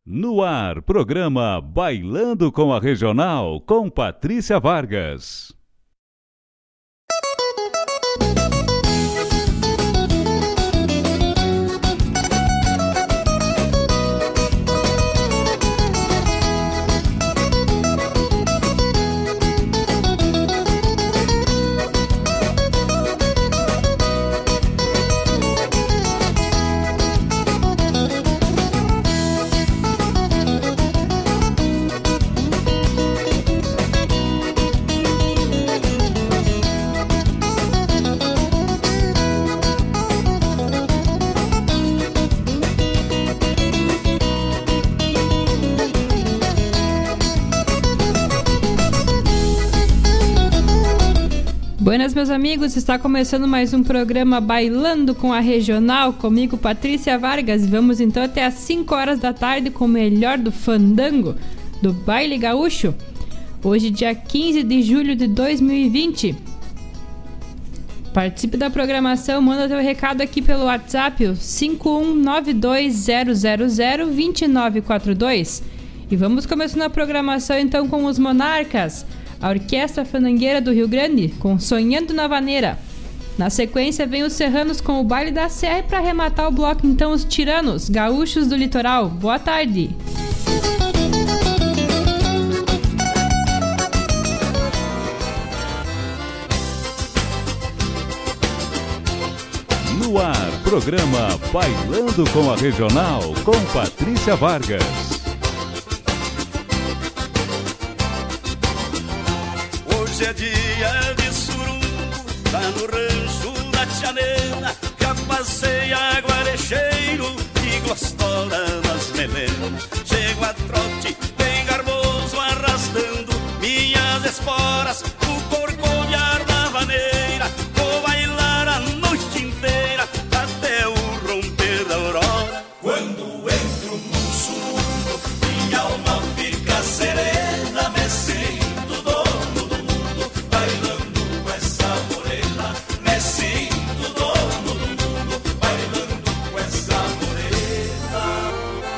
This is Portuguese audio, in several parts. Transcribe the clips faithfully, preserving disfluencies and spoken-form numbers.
No ar, programa Bailando com a Regional, com Patrícia Vargas. Buenas, meus amigos, está começando mais um programa Bailando com a Regional, comigo Patrícia Vargas. Vamos então até às cinco horas da tarde com o melhor do fandango, do baile gaúcho. Hoje, dia quinze de julho de dois mil e vinte. Participe da programação, manda teu recado aqui pelo WhatsApp, cinco um nove dois zero zero zero dois nove quatro dois. E vamos começando a programação então com os Monarcas, a Orquestra Fandangueira do Rio Grande, com Sonhando na Vaneira. Na sequência vem os Serranos com o Baile da Serra, e para arrematar o bloco então os Tiranos, Gaúchos do Litoral. Boa tarde! No ar, programa Bailando com a Regional, com Patrícia Vargas. Hoje é dia de surungo, tá no rancho da Tianena. Já passei a guarecheiro e gostosa nas melenas. Chego a trote, bem garboso, arrastando minhas esporas. O corcoviar da vaneira, vou bailar a noite inteira, até o romper da aurora. Quando entro num surungo, minha alma fica serena, me sinto dono do mundo, bailando com essa morena. Me sinto dono do mundo, bailando com essa morena.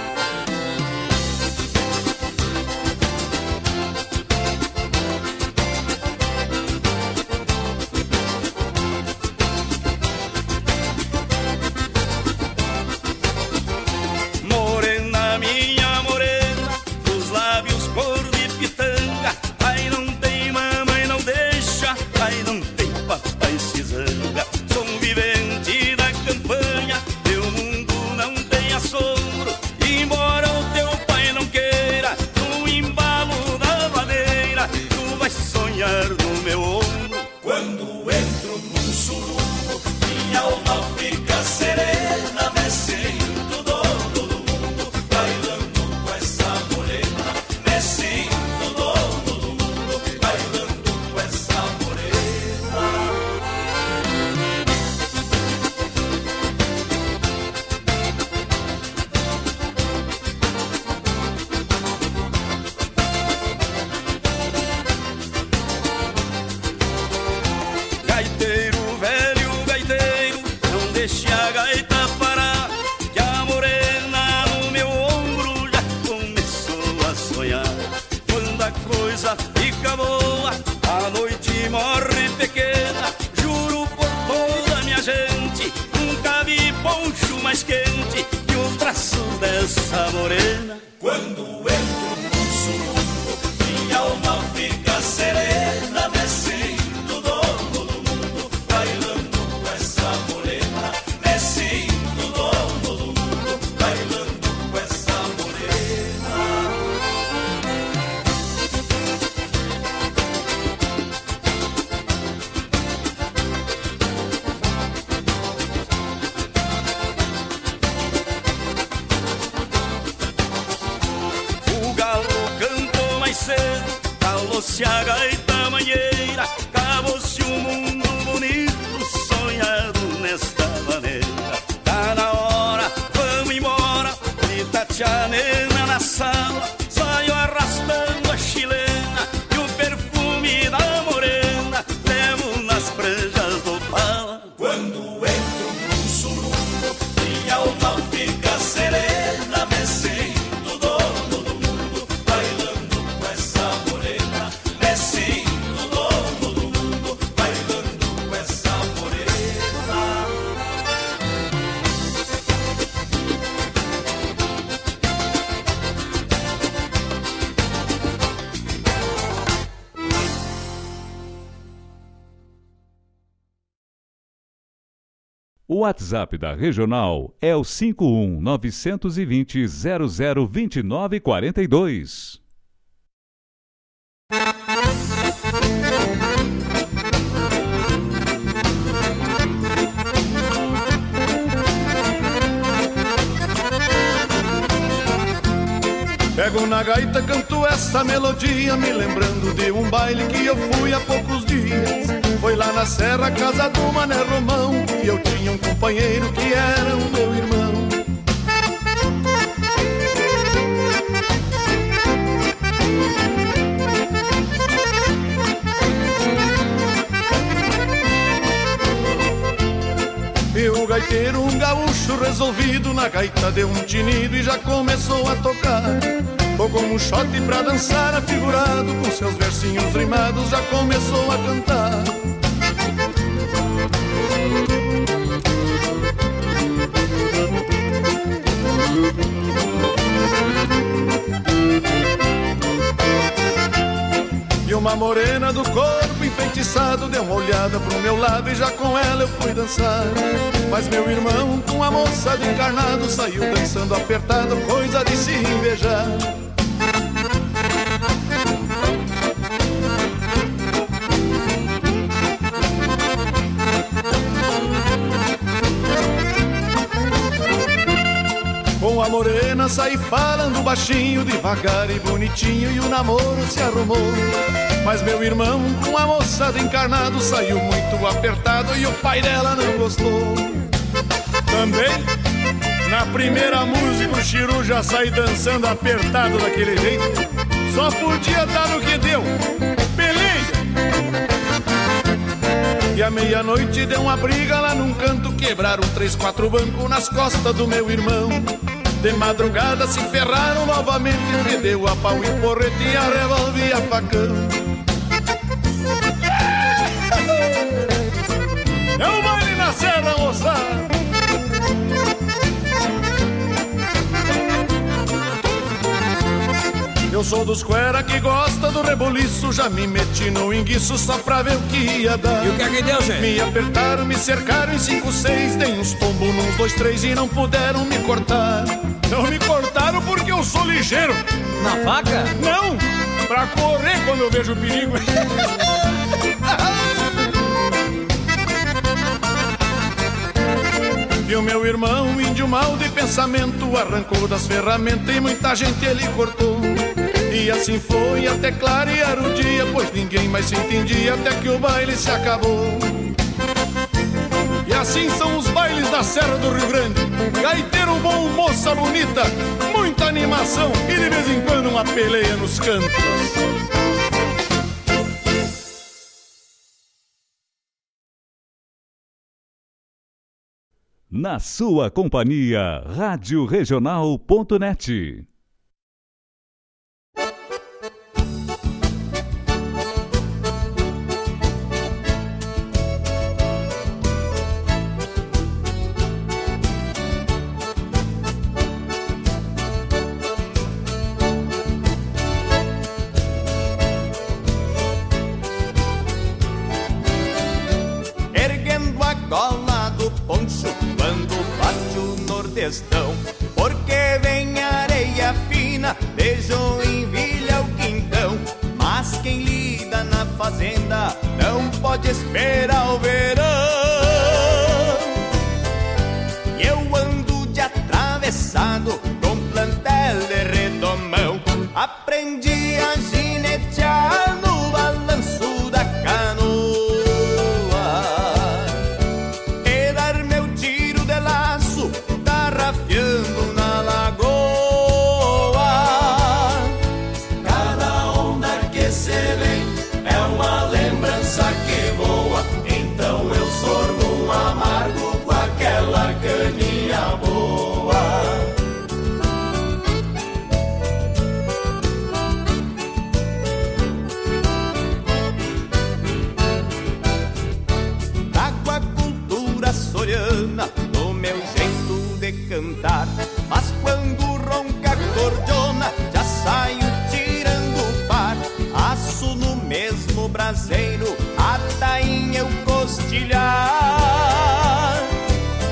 Morena, minha morena, dos lábios cor de pitanga. Ai, não tem mamãe, não deixa, ai, não tem papai se zanga. Sou um vivente da campanha, teu mundo não tem assombro. Embora o teu pai não queira, no embalo da vaneira, tu vais sonhar no meu ombro. Quando entro num surungo, minha alma fica serena, me sinto dono do mundo, bailando com essa morena. Me sinto dono do mundo, bailando com essa morena. Gaiteiro, velho gaiteiro, não deixe a gaita parar, que a morena no meu ombro já começou a sonhar. Quando a coisa fica boa, a noite morre pequena. Juro por toda minha gente, nunca vi poncho mais quente que os braços dessa morena. Quando entro num surungo, minha alma fica serena, me sinto dono do mundo, bailando com essa morena. Me sinto dono do mundo, bailando com essa morena. O galo cantou mais cedo, calou-se a gaita manheira, acabou-se um mundo bonito, sonhado nesta maneira. Tá na hora, vamos embora, grita tia nena na sala, saio arrastando a chilena e o perfume da morena levo nas pranchas do pala. Quando entro num surungo, minha alma fica serena, me sinto dono O WhatsApp da Regional é o cinco um nove dois zero zero zero dois nove quatro dois. Pego na gaita, canto essa melodia, me lembrando de um baile que eu fui há poucos dias. Foi lá na serra, casa do Mané Romão, e eu tinha um companheiro que era o meu irmão. E o gaiteiro, um gaúcho resolvido, na gaita deu um tinido e já começou a tocar. Tocou um shot pra dançar afigurado, com seus versinhos rimados já começou a cantar. E uma morena do corpo enfeitiçado deu uma olhada pro meu lado e já com ela eu fui dançar. Mas meu irmão, com a moça de encarnado, saiu dançando apertado, coisa de se invejar. Com a morena saí falando baixinho, devagar e bonitinho, e o namoro se arrumou. Mas meu irmão, com a moça de encarnado, saiu muito apertado e o pai dela não gostou. Também, na primeira música, o Chiru já sai dançando apertado daquele jeito. Só podia dar no que deu, peleia! E à meia-noite deu uma briga lá num canto, quebraram três, quatro bancos nas costas do meu irmão. De madrugada se ferraram novamente, fedeu a pau e porrete e a revólver e a facão. É o baile na serra, moçada! Eu sou dos cuera que gosta do reboliço, já me meti no enguiço só pra ver o que ia dar. E o que é que deu, gente? Me apertaram, me cercaram em cinco, seis, dei uns tombos nos dois, três e não puderam me cortar. Não me cortaram porque eu sou ligeiro. Na faca? Não, pra correr quando eu vejo perigo. E o meu irmão, índio mal de pensamento, arrancou das ferramentas e muita gente ele cortou. E assim foi até clarear o dia, pois ninguém mais se entendia até que o baile se acabou. E assim são os bailes da Serra do Rio Grande. Gaiteiro bom, moça bonita, muita animação e de vez em quando uma peleia nos cantos. Na sua companhia, rádio regional ponto net. Erguendo a gola do poncho quando bate o nordestão, porque vem areia fina de Joinville ao Quintão. Mas quem lida na fazenda não pode esperar o verão. E eu ando de atravessado com plantel de redomão. Aprendi a ginetear no balanço da canoa e dar meu tiro de laço tarrafiando na lagoa. Cada onda que se vem é uma lembrança que voa, então eu sorvo um amargo com aquela caninha boa. Trago a cultura soriana no meu jeito de cantar, mas quando ronca a cordiona já saio tirando o par. Aço no mesmo braseiro a tainha eu costilhar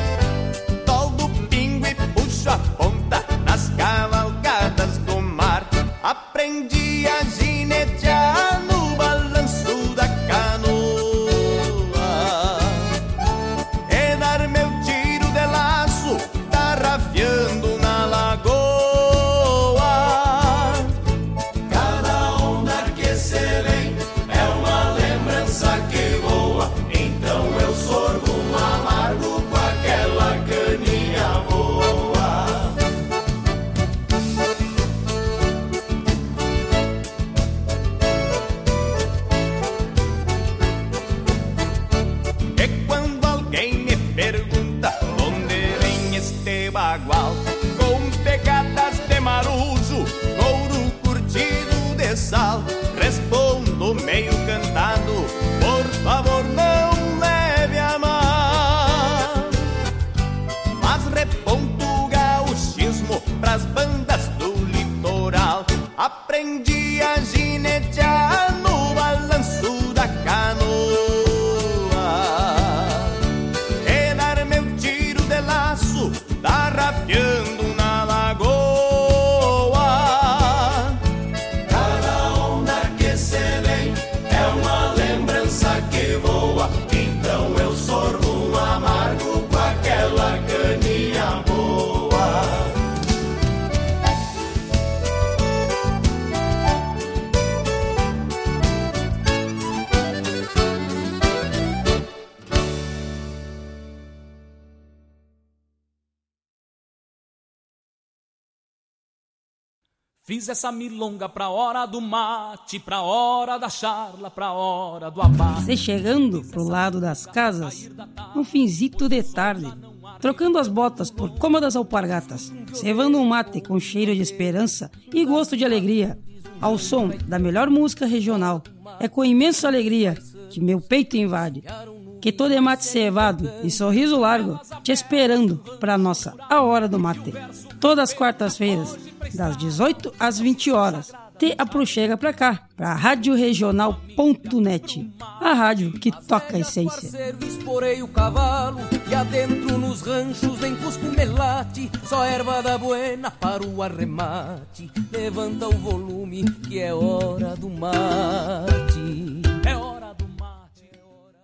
bagual, com pegadas de marujo, couro curtido de sal. Respondo meio cantado, por favor não leve a mal. Mas reponto o gauchismo pras bandas do litoral. Aprendi a ginetear no balanço da canoa, e dar meu tiro de laço tarrafiando na lagoa. Cada onda que se vem é uma lembrança que voa, então eu sorvo um amargo com aquela caninha boa. Fiz essa milonga pra hora do mate, pra hora da charla, pra hora do abate. Você chegando pro lado das casas, um finzito de tarde, trocando as botas por cômodas alpargatas, cevando um mate com cheiro de esperança e gosto de alegria, ao som da melhor música regional. É com imensa alegria que meu peito invade, que todo é mate cevado e sorriso largo, te esperando pra nossa A Hora do Mate. Todas as quartas-feiras, das dezoito às vinte horas, te aproxega pra cá, pra rádio regional ponto net, a rádio que toca a essência. Esporei o cavalo e adentro nos ranchos vem cusco melate, só erva da buena para o arremate. Levanta o volume que é hora do mate. É hora do mate, é hora...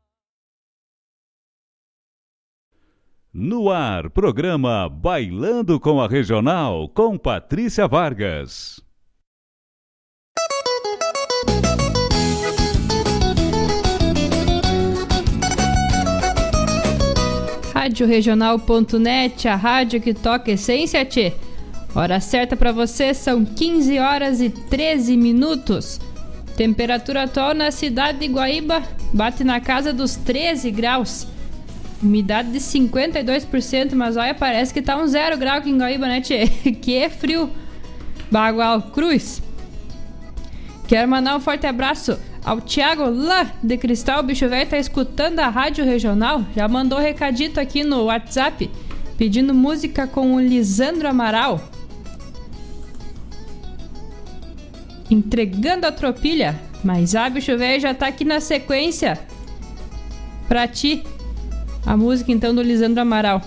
No ar, programa Bailando com a Regional, com Patrícia Vargas. rádio regional ponto net, a rádio que toca essência, tchê. Hora certa para você, são quinze horas e treze minutos. Temperatura atual na cidade de Guaíba bate na casa dos treze graus. Umidade de cinquenta e dois por cento, mas olha, parece que tá um zero grau aqui em Guaíba, né, tchê? Que é frio. Bagual Cruz. Quero mandar um forte abraço ao Thiago lá de Cristal. O bicho velho tá escutando a rádio regional. Já mandou recadito aqui no WhatsApp, pedindo música com o Lisandro Amaral. Entregando a tropilha. Mas a bicho velho já tá aqui na sequência pra ti. A música então do Lisandro Amaral.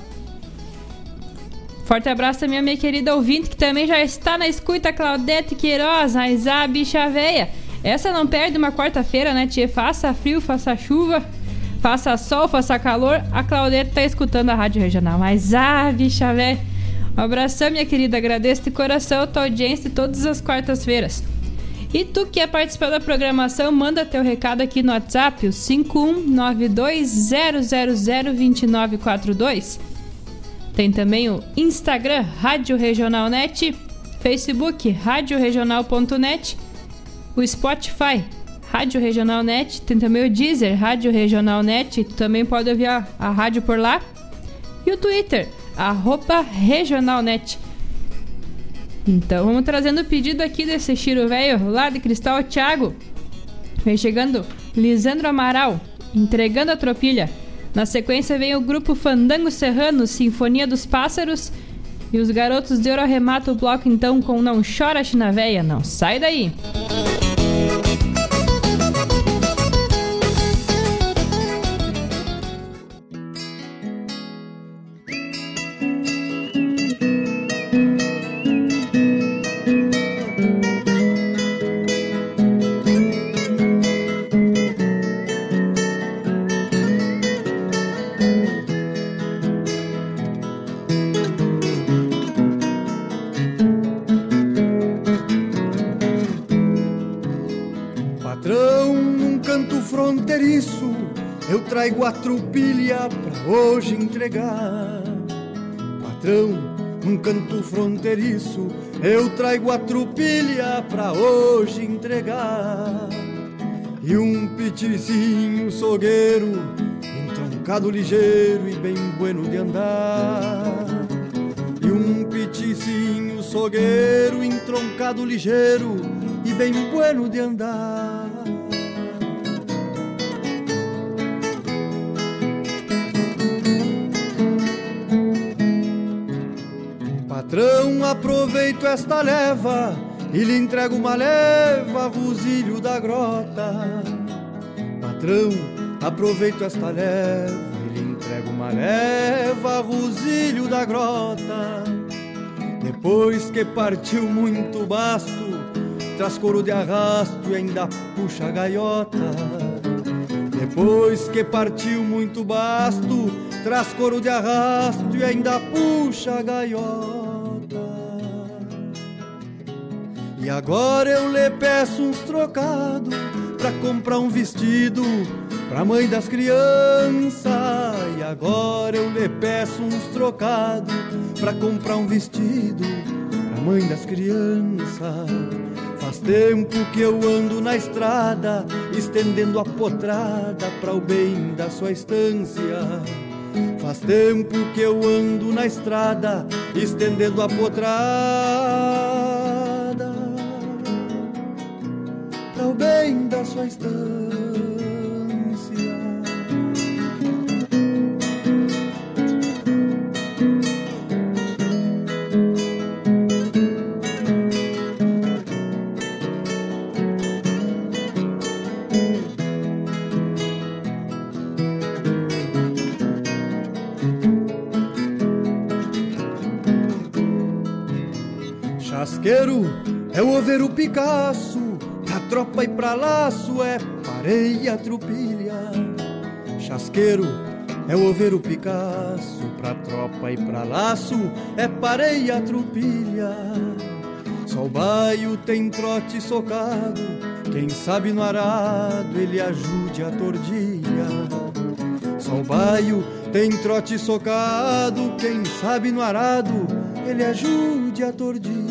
Forte abraço também a minha querida ouvinte que também já está na escuta, Claudete Queiroz, a bicha véia. Essa não perde uma quarta-feira, né, tia? Faça frio, faça chuva, faça sol, faça calor, a Claudete tá escutando a rádio regional. Mas ah, bicha véia. Um abração, minha querida, agradeço de coração a tua audiência de todas as quartas-feiras. E tu que quer participar da programação, manda teu recado aqui no WhatsApp, o cinco um nove dois zero zero zero dois nove quatro dois. Tem também o Instagram, Rádio Regional Net, Facebook, rádio regional ponto net, o Spotify, Rádio Regional Net, tem também o Deezer, Rádio Regional Net, tu também pode ouvir a, a rádio por lá, e o Twitter, arroba Regional Net. Então vamos trazendo o pedido aqui desse Chiro velho lá de Cristal, Thiago. Vem chegando Lisandro Amaral, Entregando a Tropilha. Na sequência vem o grupo Fandango Serrano, Sinfonia dos Pássaros. E os garotos de ouro arrematam o bloco então com Não Chora China Véia, não sai daí. Eu trago a tropilha pra hoje entregar. Patrão, num canto fronteiriço, eu trago a tropilha pra hoje entregar. E um pitizinho sogueiro, entroncado ligeiro e bem bueno de andar. mansinho, sogueiro, entroncado ligeiro e bem bueno de andar. Patrão, aproveito esta leva e lhe entrego uma leva, Rosilho da Grota. Patrão, aproveito esta leva e lhe entrego uma leva, Rosilho da Grota. Depois que partiu muito basto, traz couro de arrasto e ainda puxa a gaiota. Depois que partiu muito basto, traz couro de arrasto e ainda puxa a gaiota. E agora eu lhe peço uns trocados pra comprar um vestido pra mãe das crianças. E agora eu lhe peço uns trocados pra comprar um vestido pra mãe das crianças. Faz tempo que eu ando na estrada, estendendo a potrada pra o bem da sua estância. Faz tempo que eu ando na estrada, estendendo a potrada para o bem da sua estância. Chasqueiro é o oveiro Picasso, pra tropa e pra laço é pareia trupilha. Chasqueiro é o oveiro Picasso, pra tropa e pra laço é pareia trupilha. Só o baio tem trote socado, quem sabe no arado ele ajude a tordilha. Só o baio tem trote socado, quem sabe no arado ele ajude a tordilha.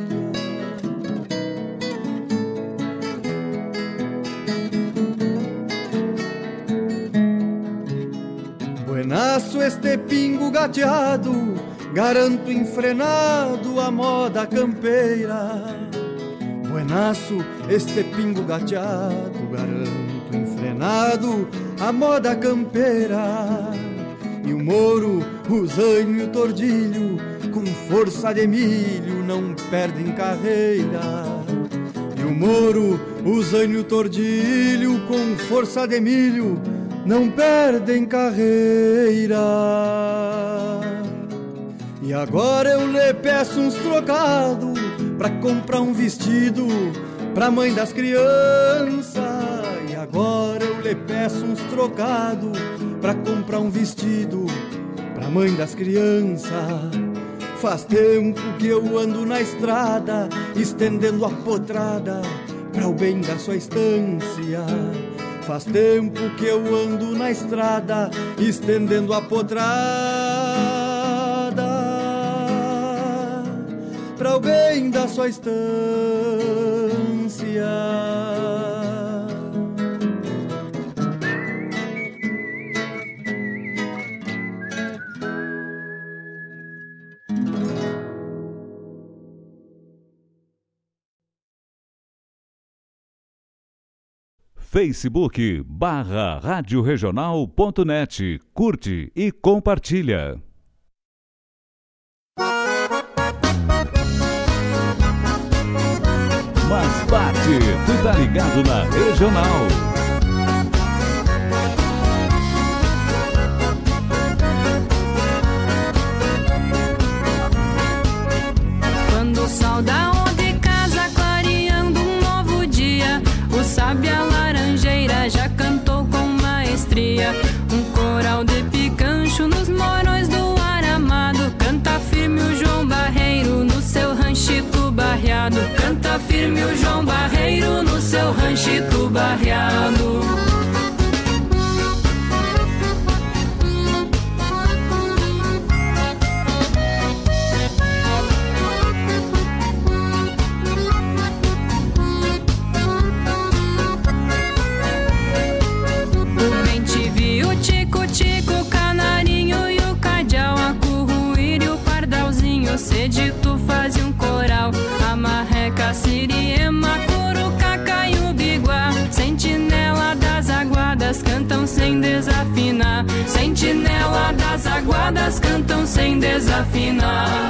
Buenaço este pingo gateado, garanto enfrenado a moda campeira. Buenaço este pingo gateado, garanto enfrenado a moda campeira. E o moro, o zanho e o tordilho, com força de milho não perdem carreira. E o moro, o zanho e o tordilho, com força de milho não perdem carreira. E agora eu lhe peço uns trocados pra comprar um vestido pra mãe das crianças. E agora eu lhe peço uns trocados pra comprar um vestido pra mãe das crianças. Faz tempo que eu ando na estrada, estendendo a potrada pra o bem da sua estância. Faz tempo que eu ando na estrada, estendendo a potrada pra o bem da sua estância. Facebook barra rádio regional ponto net. Curte e compartilha. Mas bate, tu tá ligado na Regional. Quando o sol da de casa clareando um novo dia, o sábia laranjeira já cantou com maestria. Um coral de picancho nos morões do Aramado. Canta firme o João Barreiro no seu ranchito barreado. Canta firme o João Barreiro no seu ranchito barreado. Tico, canarinho e o cadeal, a curruíra e o pardalzinho batendo sede, tu fazia um coral. A marreca, siriema, curucaca e o biguá. Sentinela das aguadas cantam sem desafinar. Sentinela das aguadas cantam sem desafinar.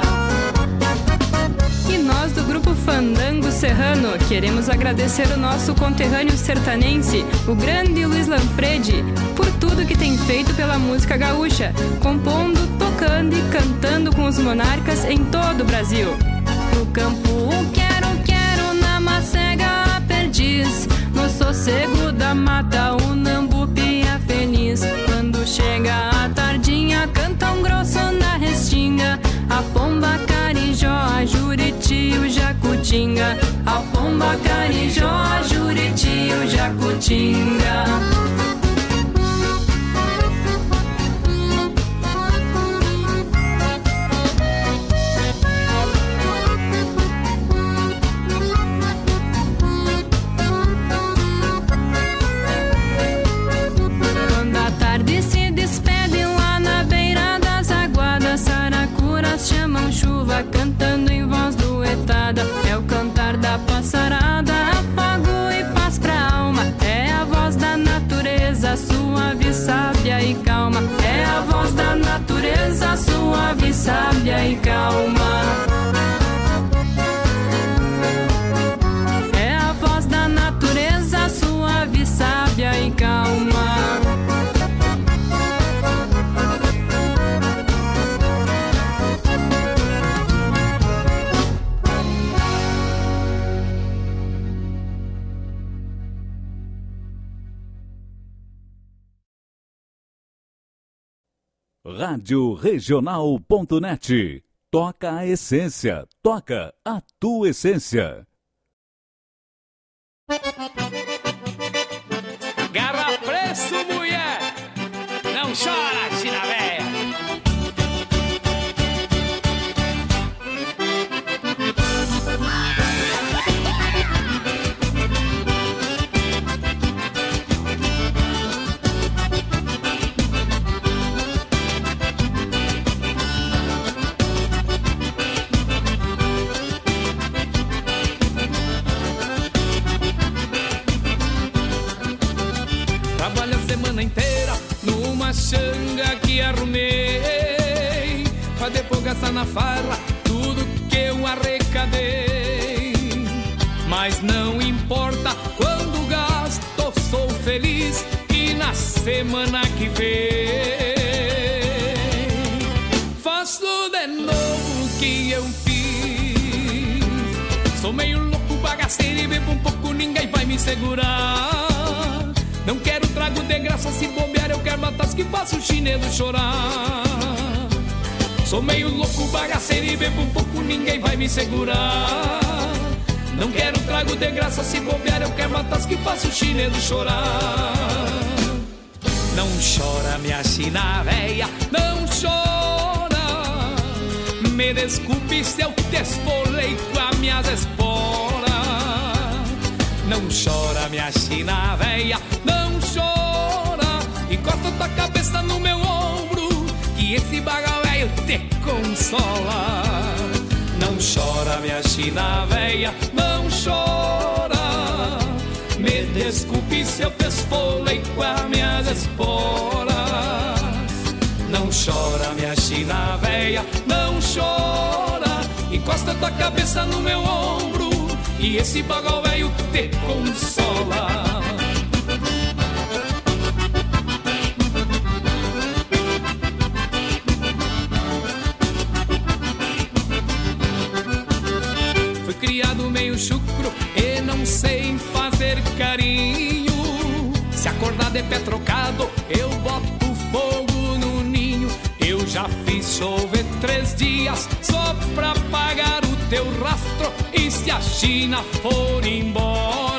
E nós do grupo Fandango Serrano queremos agradecer o nosso conterrâneo sertanense, o grande Luiz Lanfredi, por tudo que tem feito pela música gaúcha, compondo, tocando e cantando com os monarcas em todo o Brasil. No campo o quero, quero, na macega a perdiz, no sossego da mata o nambu pia feliz. Quando chega a tardinha canta um grosso na restinga, a pomba carijó, a juriti, o jacutinga. A pomba carijó, a juriti, o jacutinga. Quando a tarde se despede lá na beira das aguadas, saracuras chamam chuva cantando em voz duetada. É o cantar da passarada, afago e paz pra alma. É a voz da natureza, suave, sábia e calma. É a voz da natureza, suave, sábia e calma. É a voz da natureza, suave, sábia e calma. Rádio Regional ponto net. Toca a essência, toca a tua essência. Garra preço, mulher, não chora, china véia. Inteira numa xanga que arrumei, pra depois gastar na farra tudo que eu arrecadei. Mas não importa quando gasto, sou feliz e na semana que vem faço de novo o que eu fiz. Sou meio louco, bagaceiro e bebo um pouco, ninguém vai me segurar. Não quero trago de graça, se bobear eu quero batas que faço o chinelo chorar. Sou meio louco, bagaceiro e bebo um pouco, ninguém vai me segurar. Não quero trago de graça, se bobear eu quero batas que faço o chinelo chorar. Não chora minha china véia, não chora. Me desculpe se eu te esfolei com as minhas esporas. Não chora minha china véia, não chora. Encosta tua cabeça no meu ombro, que esse baga velho te consola. Não chora minha china véia, não chora. Me desculpe se eu te esfolei com as minhas esporas. Não chora minha china véia, não chora. Encosta tua cabeça no meu ombro, e esse bagal velho te consola. Fui criado meio chucro e não sei fazer carinho. Se acordar de pé trocado, eu boto fogo no ninho. Eu já fiz chover três dias só pra pagar o teu rastro. E se a China for embora,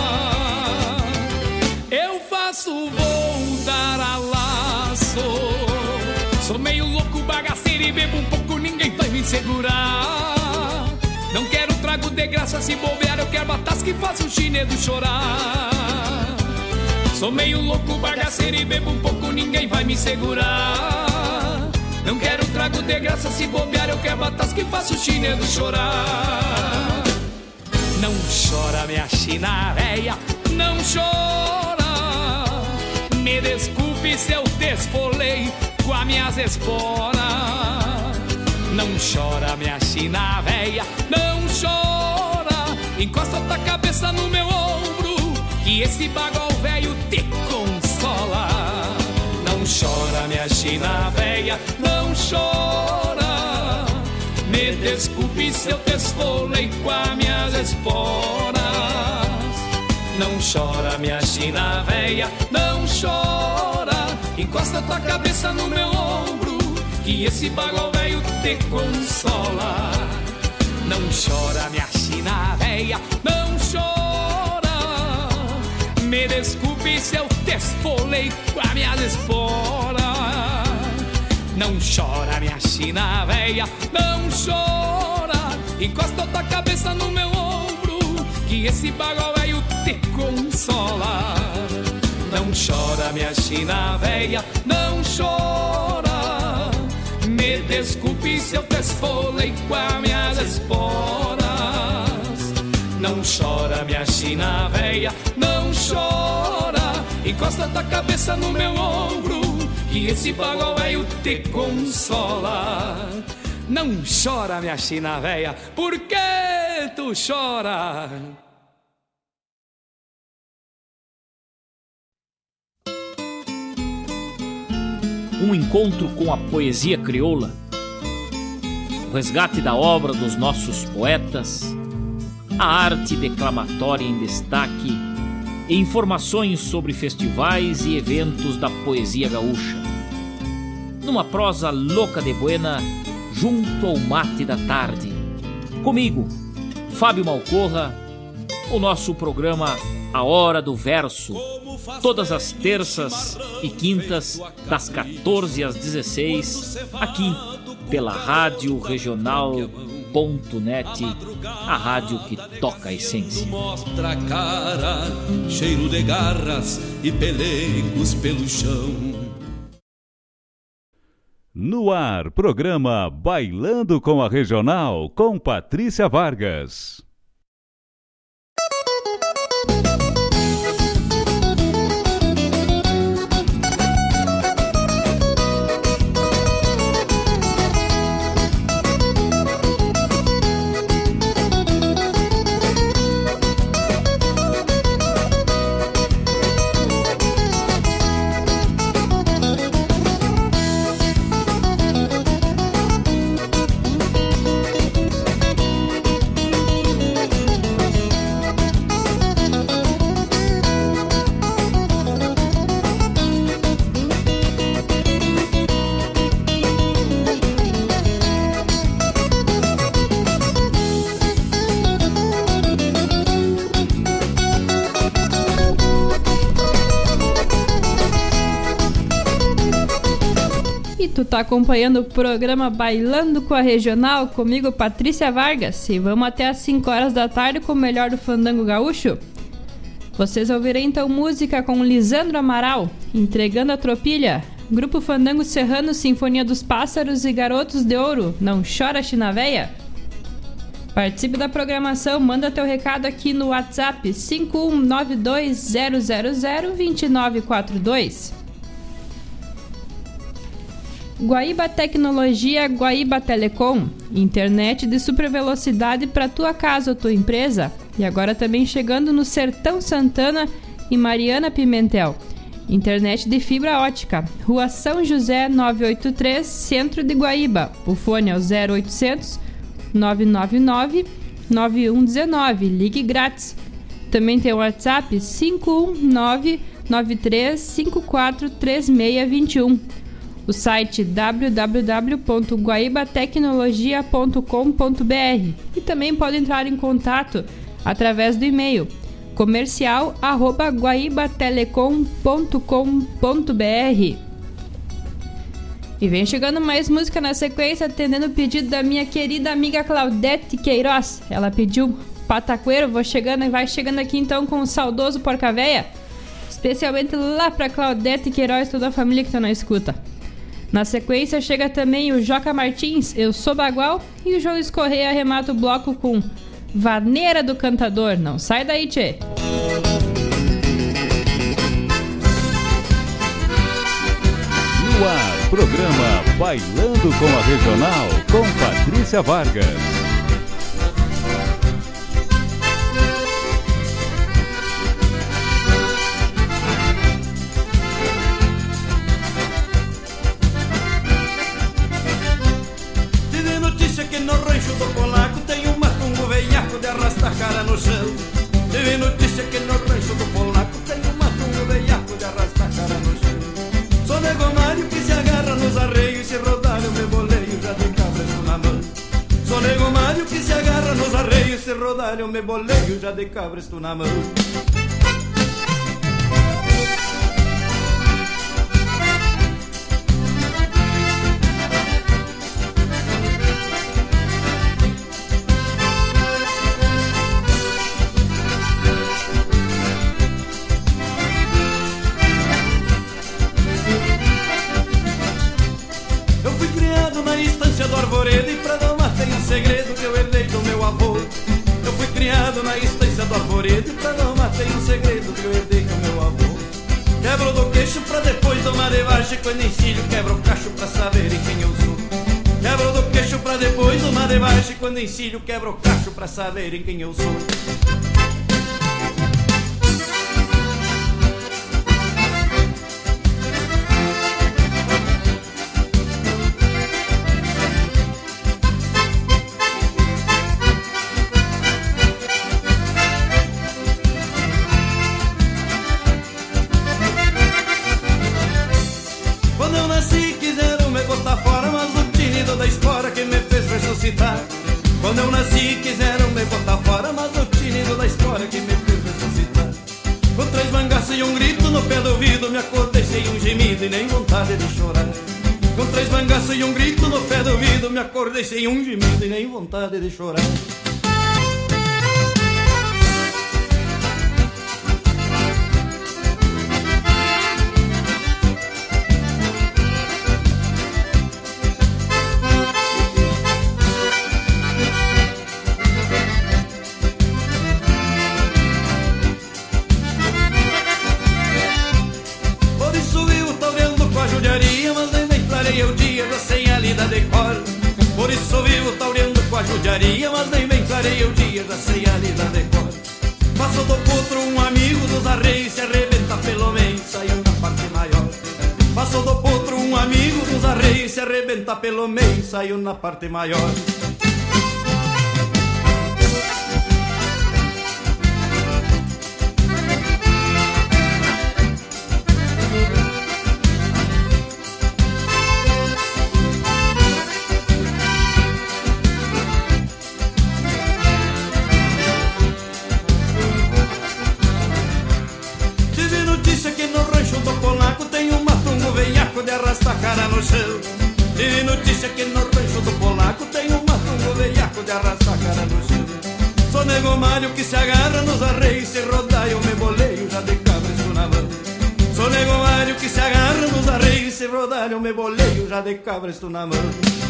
eu faço voltar a laço. Sou meio louco, bagaceiro e bebo um pouco, ninguém vai me segurar. Não quero trago de graça, se bobear eu quero batas que faço o chinelo chorar. Sou meio louco, bagaceiro e bebo um pouco, ninguém vai me segurar. Não quero trago de graça, se bobear eu quero batasca e faço o chinelo chorar. Não chora minha china véia, não chora. Me desculpe se eu te esfolei com as minhas esporas. Não chora minha china véia, não chora. Encosta tua cabeça no meu ombro, que esse bagol velho te consola. Não chora minha china véia, não chora. Me desculpe se eu te esfolei com as minhas esporas. Não chora minha china véia, não chora. Encosta tua cabeça no meu ombro, que esse bagol velho te consola. Não chora minha china véia, não chora. Me desculpe se eu te esfolei com as minhas esporas. Não chora minha china véia, não chora. Encosta tua cabeça no meu ombro, que esse bagol velho te consola. Não chora minha china véia, não chora. Me desculpe se eu te esfolei com as minhas esporas. Não chora minha china véia, não chora. Encosta tua cabeça no meu ombro, que esse bagol velho te consola. Não chora minha china véia, por que tu chora? Um encontro com a poesia crioula, o resgate da obra dos nossos poetas, a arte declamatória em destaque e informações sobre festivais e eventos da poesia gaúcha. Numa prosa louca de buena, junto ao mate da tarde. Comigo, Fábio Malcorra, o nosso programa A Hora do Verso, todas as terças e quintas, das quatorze às dezesseis, aqui pela Rádio Regional ponto net, a rádio que toca a essência. Mostra a cara, cheiro de garras e pelegos pelo chão. No ar, programa Bailando com a Regional, com Patrícia Vargas. Tu tá acompanhando o programa Bailando com a Regional, comigo, Patrícia Vargas, e vamos até às cinco horas da tarde com o melhor do fandango gaúcho. Vocês ouvirem então música com Lisandro Amaral, Entregando a Tropilha, Grupo Fandango Serrano, Sinfonia dos Pássaros e Garotos de Ouro, Não Chora China Véia. Participe da programação, manda teu recado aqui no WhatsApp cinco um nove dois zero zero zero dois nove quatro dois. Guaíba Tecnologia, Guaíba Telecom, internet de super velocidade para tua casa ou tua empresa. E agora também chegando no Sertão Santana e Mariana Pimentel. Internet de fibra ótica, Rua São José novecentos e oitenta e três, Centro de Guaíba. O fone é o zero oitocentos, nove nove nove, nove um um nove, ligue grátis. Também tem o WhatsApp cinco um nove, nove três cinco quatro três seis dois um. O site w w w ponto guaíba tecnologia ponto com ponto b r e também pode entrar em contato através do e-mail comercial arroba guaíbatelecom ponto com ponto b r. E vem chegando mais música na sequência, atendendo o pedido da minha querida amiga Claudete Queiroz. Ela pediu Pataqueiro, vou chegando e vai chegando aqui então com o saudoso Porca Véia, especialmente lá pra Claudete Queiroz e toda a família que tá na escuta. Na sequência chega também o Joca Martins, Eu Sou Bagual, e o João Escorreia arremata o bloco com Vaneira do Cantador. Não sai daí, tchê! No ar, programa Bailando com a Regional, com Patrícia Vargas. Tive notícia que no rancho do Polaco tem um matungo veiaco de arrastar cara no chão. Tive notícia que no rancho do Polaco tem um matungo veiaco de arrastar cara no chão. Sou negomário que se agarra nos arreios e se rodar eu me boleio já de cabresto na mão. Sou negomário que se agarra nos arreios e se rodar eu me boleio já de cabresto na mão. Do arvoredo e pra domar tem um segredo que eu herdei do meu avô. Eu fui criado na estância do arvoredo e pra domar tem um segredo que eu herdei do meu avô. Quebro do queixo pra depois domar debaixo, quando encilho quebro o cacho pra saberem quem eu sou. Quebro do queixo pra depois domar debaixo, quando encilho quebro o cacho pra saberem quem eu sou. Quando eu nasci quiseram me botar fora, mas o tinido da história que me fez ressuscitar. Com três mangaços e um grito no pé do ouvido, me acordei sem um gemido e nem vontade de chorar. Com três mangaços e um grito no pé do ouvido, me acordei sem um gemido e nem vontade de chorar. Por isso vivo taureando com a judiaria, mas nem bem clareia o dia, já sei a lida de cor. Passo do potro um amigo dos arreios, se arrebenta pelo meio, saiu na parte maior. Passo do potro um amigo dos arreios, se arrebenta pelo meio, saiu na parte maior. De arrastar a cara no chão. Tive notícia que no rancho do Polaco tem um matungo veiaco de arrastar a cara no chão. Sou negomário que se agarra nos arreios, se rodar eu me boleio já de cabresto na mão. Sou negomário que se agarra nos arreios, se rodar eu me boleio já de cabresto na mão.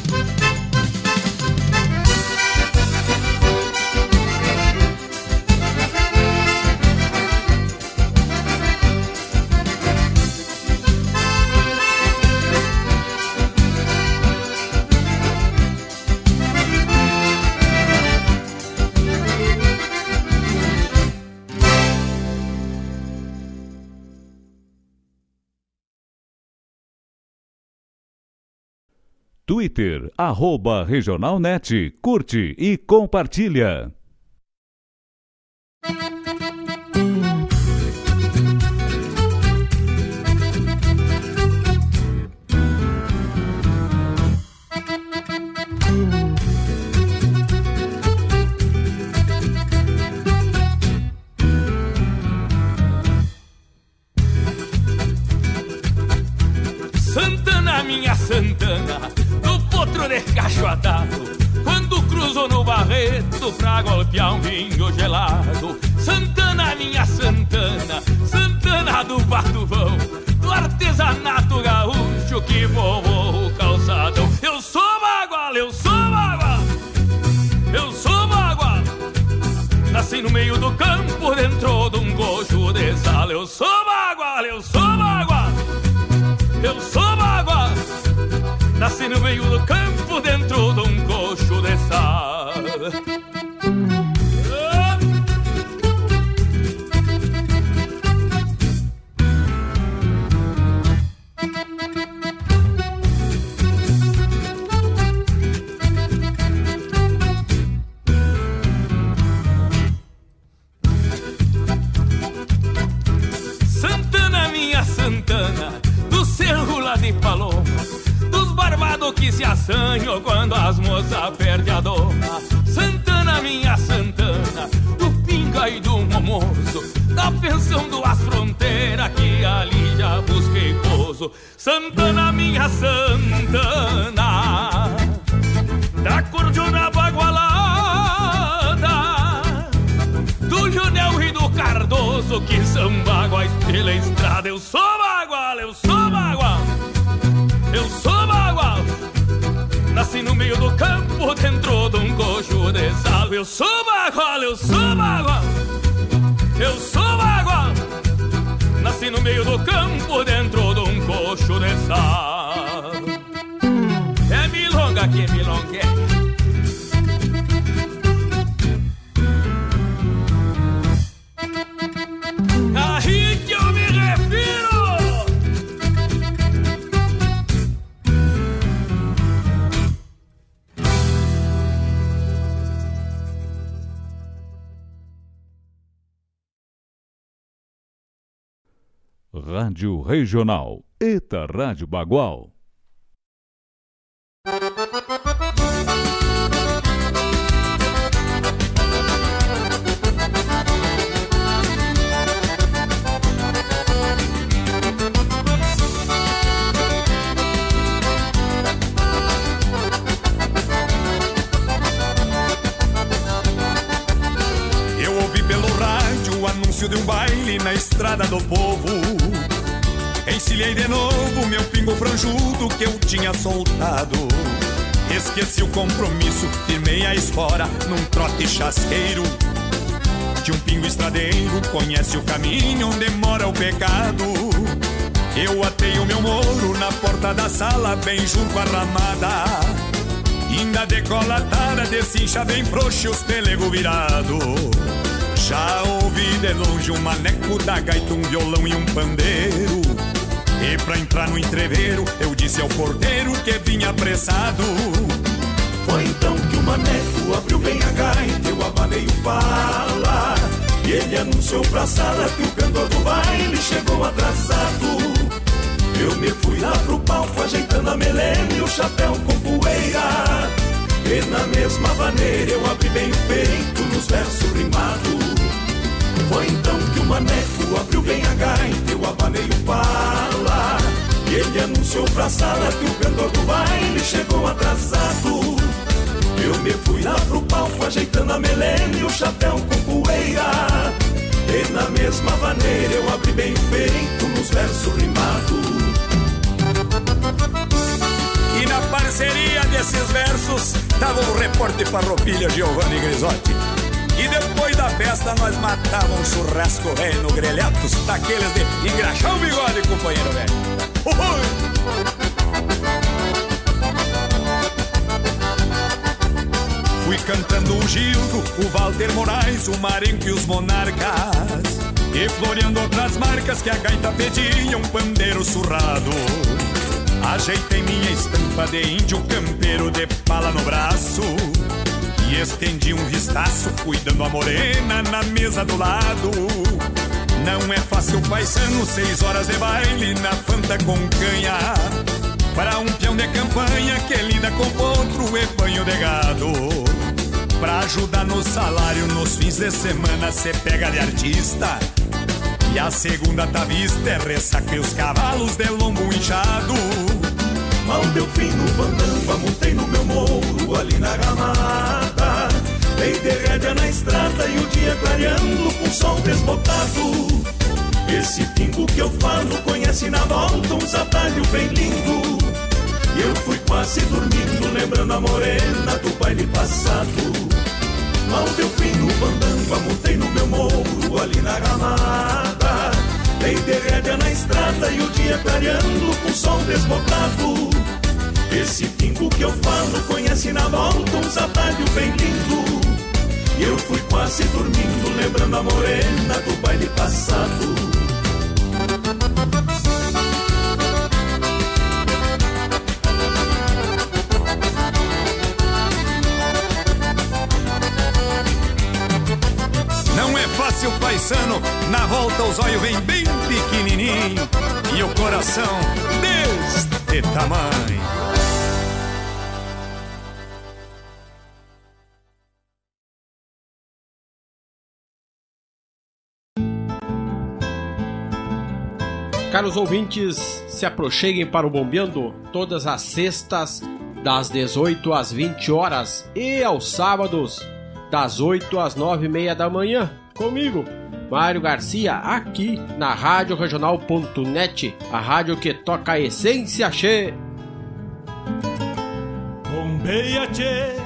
Twitter, arroba regionalnet, curte e compartilha. Santana, minha Santana, do potro descachoatado, quando cruzo no barreto pra golpear um vinho gelado. Santana, minha Santana, Santana do Batuvão, do artesanato gaúcho que povoa do campo dentro de um cocho de sal. Eu sou mágoa, eu sou mágoa, eu sou mágoa. Nasci no meio do campo dentro de um cocho de sal. Santana, minha Santana, do cerro lá de Paloma, dos barbados que se assanham quando as moças perdem a doma. Santana, minha Santana, do pinga e do momoso, da pensão do as fronteiras que ali já busquei pouso. Santana, minha Santana, da cordiona bagualada, do Lionel e do Cardoso que sambaguais pela estrada. Eu sou bagual, eu sou bagual, eu sou bagual. Nasci no meio do campo dentro de um cocho de sal. Eu sou bagual, eu sou bagual, eu sou bagual. Nasci no meio do campo dentro de um cocho de sal. É milonga que é milonga. Aí que eu me refiro. Rádio Regional. Eta Rádio Bagual. Eu ouvi pelo rádio o anúncio de um baile na estrada do povo. Encilhei de novo meu pingo franjudo que eu tinha soltado. Esqueci o compromisso, firmei a espora num trote chasqueiro. De um pingo estradeiro, conhece o caminho onde mora o pecado. Eu atei o meu moro na porta da sala, bem junto à ramada. Ainda decolatada, desincha bem frouxo os pelego virado. Já ouvi de longe um maneco da gaita, um violão e um pandeiro. E pra entrar no entreveiro, eu disse ao porteiro que vinha apressado. Foi então que o maneco abriu bem a gaita, eu abanei o pala. E ele anunciou pra sala que o cantor do baile chegou atrasado. Eu me fui lá pro palco ajeitando a melena e o chapéu com poeira. E na mesma maneira eu abri bem o peito nos versos rimados. Foi então que o maneco abriu bem a gaita, eu abanei o pala. E ele anunciou pra sala que o cantor do baile chegou atrasado. Eu me fui lá pro palco ajeitando a melena e o chapéu com poeira. E na mesma maneira eu abri bem o peito nos versos rimados. E na parceria desses versos tava o repórter farroupilha Giovanni Grisotti. E depois da festa nós matávamos um churrasco velho no grelhatos, daqueles de engraxar o bigode, companheiro velho. Uhul! Fui cantando o Gildo, o Walter Moraes, o Marenco e os Monarcas. E floreando outras marcas que a gaita pedia, um pandeiro surrado. Ajeitei minha estampa de índio campeiro de pala no braço. E estendi um vistaço, cuidando a morena na mesa do lado. Não é fácil, paisano, seis horas de baile na Fanta com canha. Para um peão de campanha que lida com potro e banho de gado. Pra ajudar no salário nos fins de semana cê pega de artista. E a segunda tá vista é ressaca e os cavalos de lombo inchado. Mal deu fim no bandamba, montei no meu morro ali na ramada. Dei de rédea na estrada e o dia clareando com o sol desbotado. Esse pingo que eu falo conhece na volta uns atalhos bem lindo. E eu fui quase dormindo lembrando a morena do baile passado. Mal deu fim no bandamba, montei no meu morro dia na estrada e o dia clareando com o sol desbotado. Esse pingo que eu falo conhece na volta uns atalhos bem lindo. E eu fui quase dormindo, lembrando a morena do baile passado. Não é fácil, paisano, na volta os olhos vêm bem pequenininho e o coração deste tamanho. Caros ouvintes, se aproxeguem para o Bombeando todas as sextas das dezoito às vinte horas e aos sábados das oito às nove e meia da manhã, comigo, Mário Garcia, aqui na rádio regional ponto net, a rádio que toca a essência che. Bombeia che.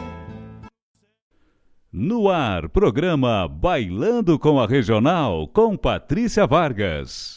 No ar, programa Bailando com a Regional, com Patrícia Vargas.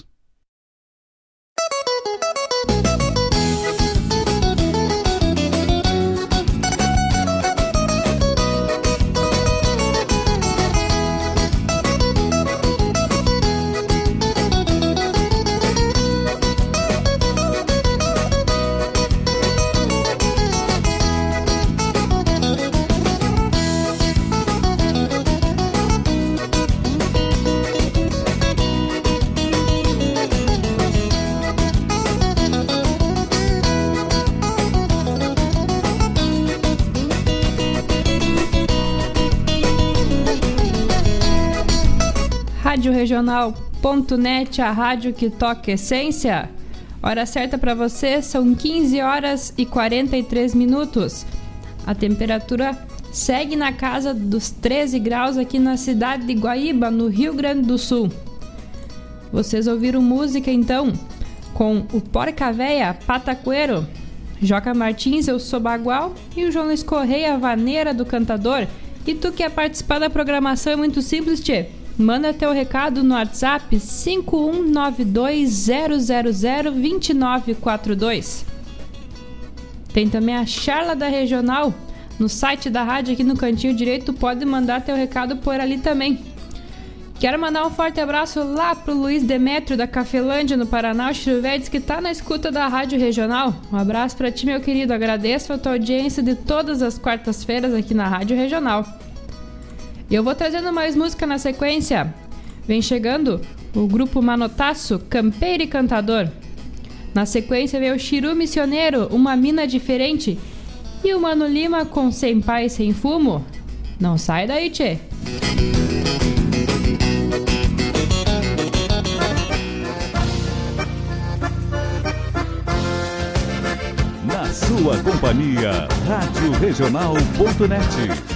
rádio regional ponto net, a rádio que toca essência. Hora certa para você, são quinze horas e quarenta e três minutos. A temperatura segue na casa dos treze graus aqui na cidade de Guaíba, no Rio Grande do Sul. Vocês ouviram música então com o Porca Véia, Patacoeiro, Joca Martins, Eu Sou Bagual, e o João Luiz Correia, Vaneira do Cantador. E tu quer participar da programação, é muito simples, tchê. Manda teu recado no WhatsApp cinco um nove dois zero zero zero dois nove quatro dois. Tem também a charla da regional no site da rádio aqui no cantinho direito, tu pode mandar teu recado por ali também. Quero mandar um forte abraço lá pro Luiz Demétrio da Cafelândia, no Paraná, o Chiru Verdes, que tá na escuta da rádio regional. Um abraço pra ti, meu querido, agradeço a tua audiência de todas as quartas-feiras aqui na rádio regional. E eu vou trazendo mais música na sequência. Vem chegando o grupo Manotaço, Campeiro e Cantador. Na sequência vem o Chiru Missioneiro, Uma Mina Diferente. E o Mano Lima com Sem Pai, Sem Fumo. Não sai daí, tchê. Na sua companhia, rádio regional ponto net.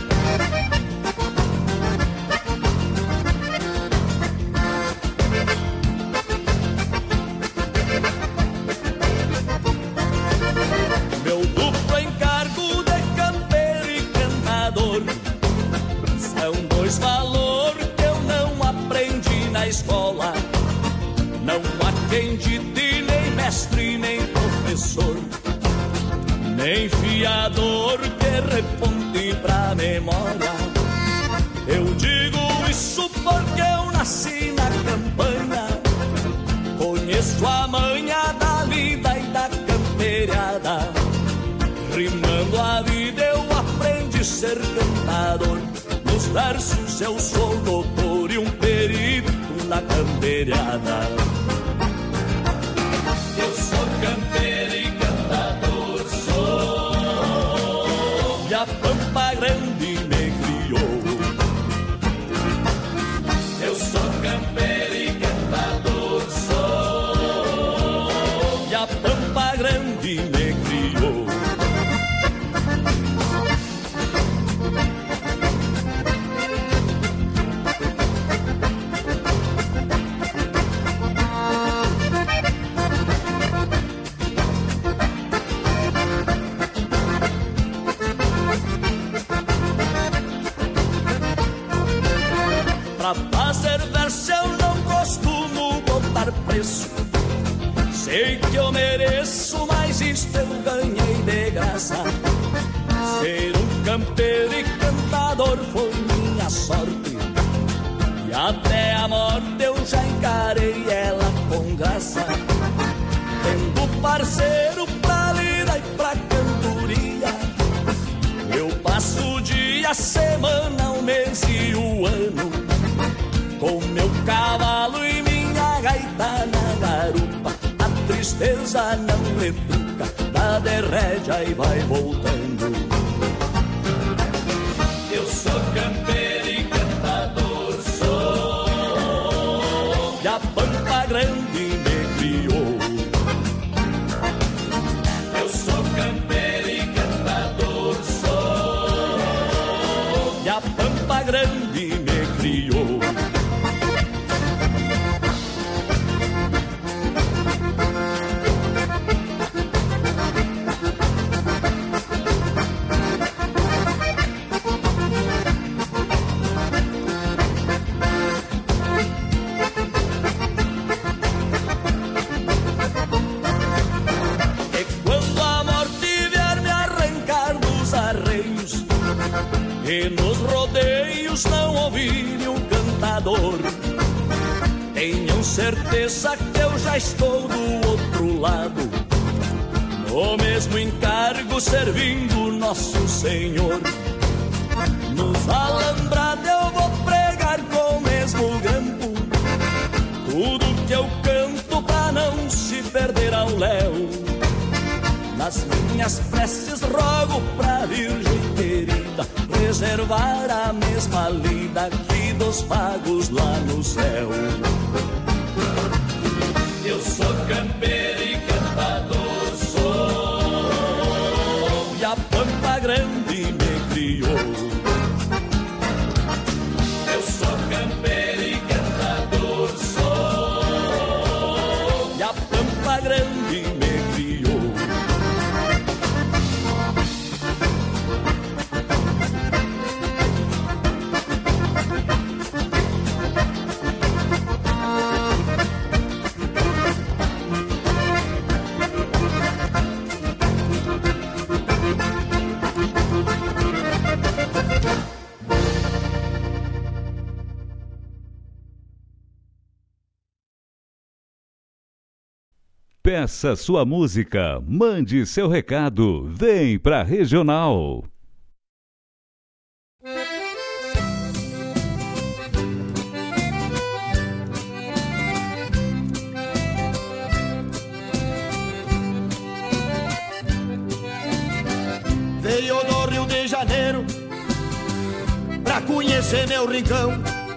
Nem fiador que reponte pra memória. Eu digo isso porque eu nasci na campanha. Conheço a manha da lida e da campeirada. Rimando a vida eu aprendi a ser cantador. Nos versos eu sou doutor e um perito na campeirada. Eu sou campeiro e cantador, sou. E a Pampa Grande me criou. Eu sou campeiro e cantador, sou. E a Pampa Grande me criou. Pra fazer verso eu não costumo botar preço. Sei que eu mereço, mas isto eu ganhei de graça. Ser um campeiro e cantador foi minha sorte, e até a morte eu já encarei ela com graça. Tendo parceiro pra lida e pra cantoria, eu passo o dia, a semana, o mês e o ano, com meu cavalo e minha gaita na garupa. A tristeza não retruca, dá de rédea e vai voltando. Eu sou campeiro e cantador, sou, e a Pampa Grande me criou. Eu sou campeiro e cantador, sou, e a Pampa Grande me criou. E nos rodeios não ouvirem um cantador, tenham certeza que eu já estou do outro lado, no mesmo encargo servindo Nosso Senhor. Nos alambrados eu vou pregar com o mesmo grampo tudo que eu canto pra não se perder ao léu. Nas minhas preces rogo pra Virgem querida reservar a mesma lida que dos pagos lá no céu. Eu sou campeiro e cantador, sou, e a Pampa Grande me criou. Eu sou campeiro e cantador, sou, e a Pampa Grande me criou. Peça sua música, mande seu recado, vem pra Regional. Veio do Rio de Janeiro pra conhecer meu rincão,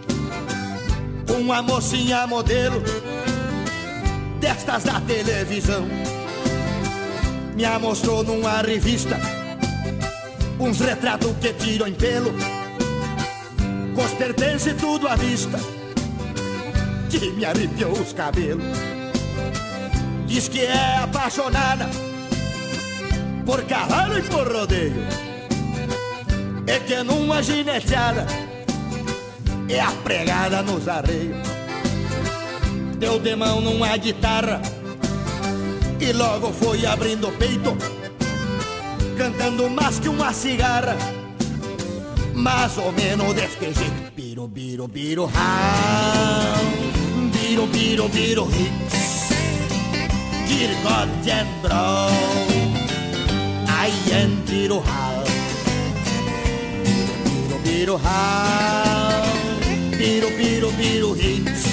uma mocinha modelo destas da televisão. Me mostrou numa revista uns retratos que tiram em pelo, com os pertences tudo à vista, que me arrepiou os cabelos. Diz que é apaixonada por cavalo e por rodeio, e que numa gineteada é a pregada nos arreios. Deu de mão numa guitarra e logo foi abrindo o peito, cantando mais que uma cigarra, mais ou menos deste jeito. Biro, biro, biro, round, biro, biro, biro, hits, Kirgot and Brown, I am biro, round, biro, biro, round, biro, biro, biro, hits,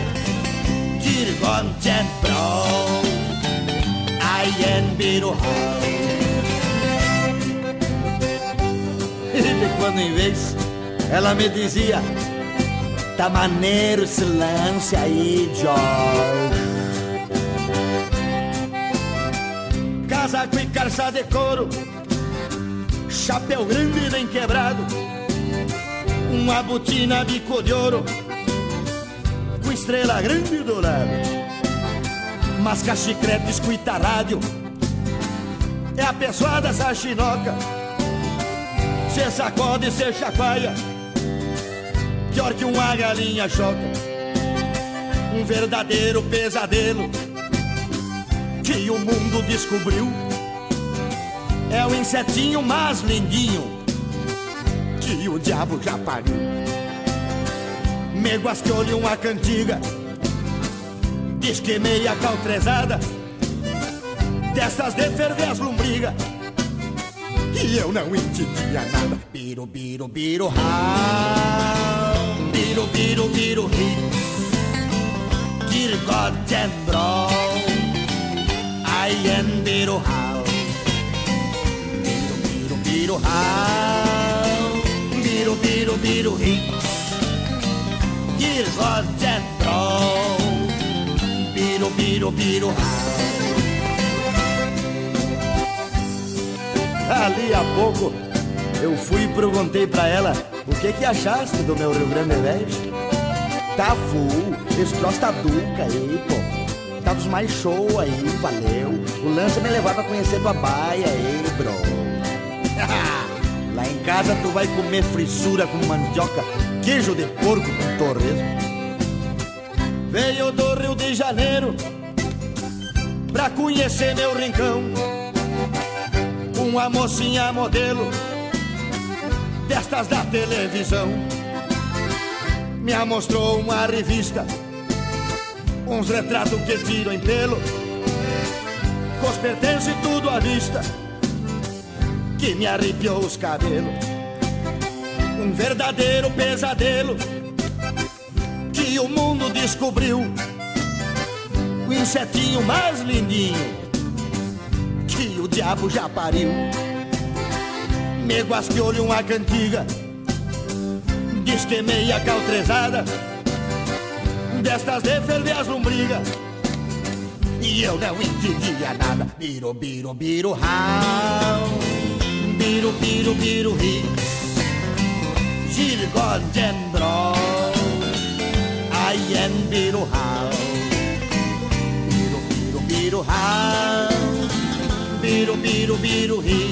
Kirgot and Brown, I am biro, round. E de quando em vez ela me dizia: tá maneiro esse lance aí, George. Casaco e calça de couro, chapéu grande bem quebrado, uma botina bico de ouro, com estrela grande do lado. Masca chiclete, escuta rádio, é a pessoa dessa chinoca. Cê sacode, cê chacoalha, pior que uma galinha choca. Um verdadeiro pesadelo, que o mundo descobriu. É o insetinho mais lindinho que o diabo já pariu. Me guasqueou-lhe uma cantiga, diz que meia caltrezada, dessas de ferver as lombrigas, e eu não entendia nada. Biro, biro, biro, ha, biro, biro, biro, hi, kirgot and brawl, I am biro, how, biro, biro, biro, how, biro, biro, biro, hi, kirgot and brawl, biro, biro, biro, how. Ali a pouco eu fui e perguntei pra ela: o que que achaste do meu Rio Grande Velho? Tá full, esse troço tá duca aí, pô. Tá dos mais show aí, valeu. O lance é me levar pra conhecer tua baia aí, bro. Lá em casa tu vai comer frissura com mandioca, queijo de porco com torresmo. Veio do Rio de Janeiro pra conhecer meu rincão. Uma mocinha modelo destas da televisão me mostrou uma revista, uns retratos que tiram em pelo, com os pertences tudo à vista, que me arrepiou os cabelos. Um verdadeiro pesadelo que o mundo descobriu. O insetinho mais lindinho que o diabo já pariu. Me guasqueou-lhe uma cantiga, diz que meia caltrezada, destas de ferver as lombrigas, e eu não entendia nada. Biro, biro, biro, how, biro, biro, biro, hi, girgot and brawl, I am biro, how, biro, biro, biro, how, biro, biro, biro, hi,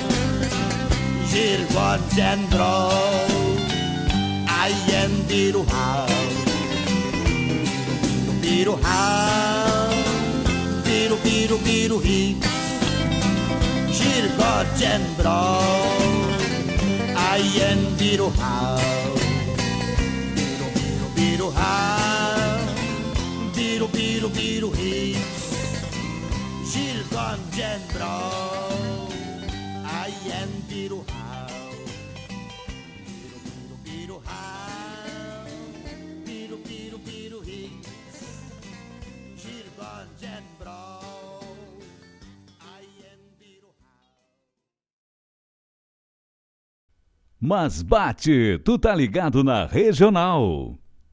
girgot and brawl, I am biro, how, biro, biro, how, biro, biro, biro, hi, girgot and brawl, I am biro, how, biro, biro, biro, how, biro, biro, biro, hi, girgot and brawl, I am biro, how, biro, biro, biro, how, biro, biro, biro, hi, girgot and brawl, I am biro, how. Mas bate, tu tá ligado na Regional.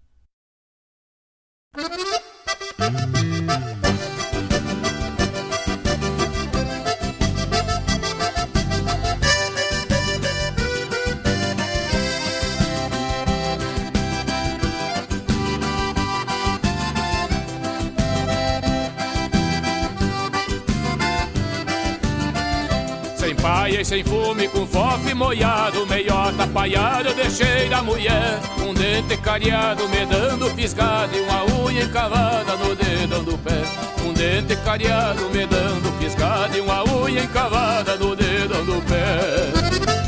Sem paia e sem fume, com fofe molhado, meiota apaiada eu deixei da mulher. Um dente cariado me dando fisgado e uma unha encavada no dedão do pé. Um dente cariado me dando fisgado e uma unha encavada no dedão do pé.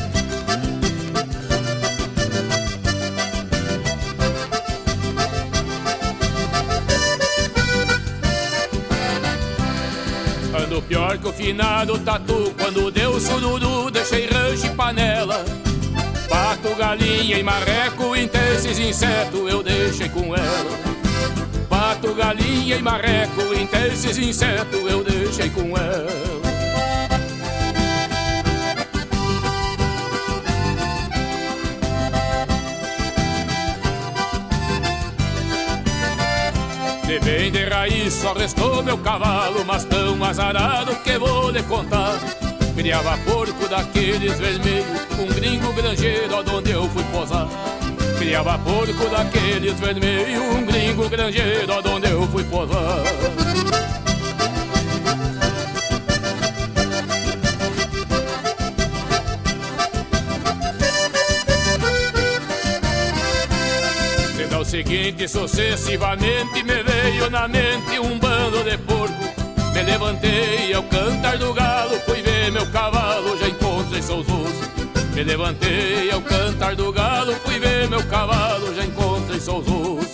Ando pior que o finado tatu, quando deu sururu deixei rancho e panela. Pato, galinha e marreco, entre esses insetos eu deixei com ela. Pato, galinha e marreco, entre esses insetos eu deixei com ela. De bem de raiz só restou meu cavalo, mas tão azarado que vou lhe contar. Criava porco daqueles vermelhos, um gringo granjeiro aonde eu fui posar. Criava porco daqueles vermelhos, um gringo granjeiro aonde eu fui posar. Seguinte, sucessivamente me veio na mente um bando de porco, Me levantei ao cantar do galo, fui ver meu cavalo, já encontrei Souzoso. Me levantei ao cantar do galo, fui ver meu cavalo, já encontrei Souzoso.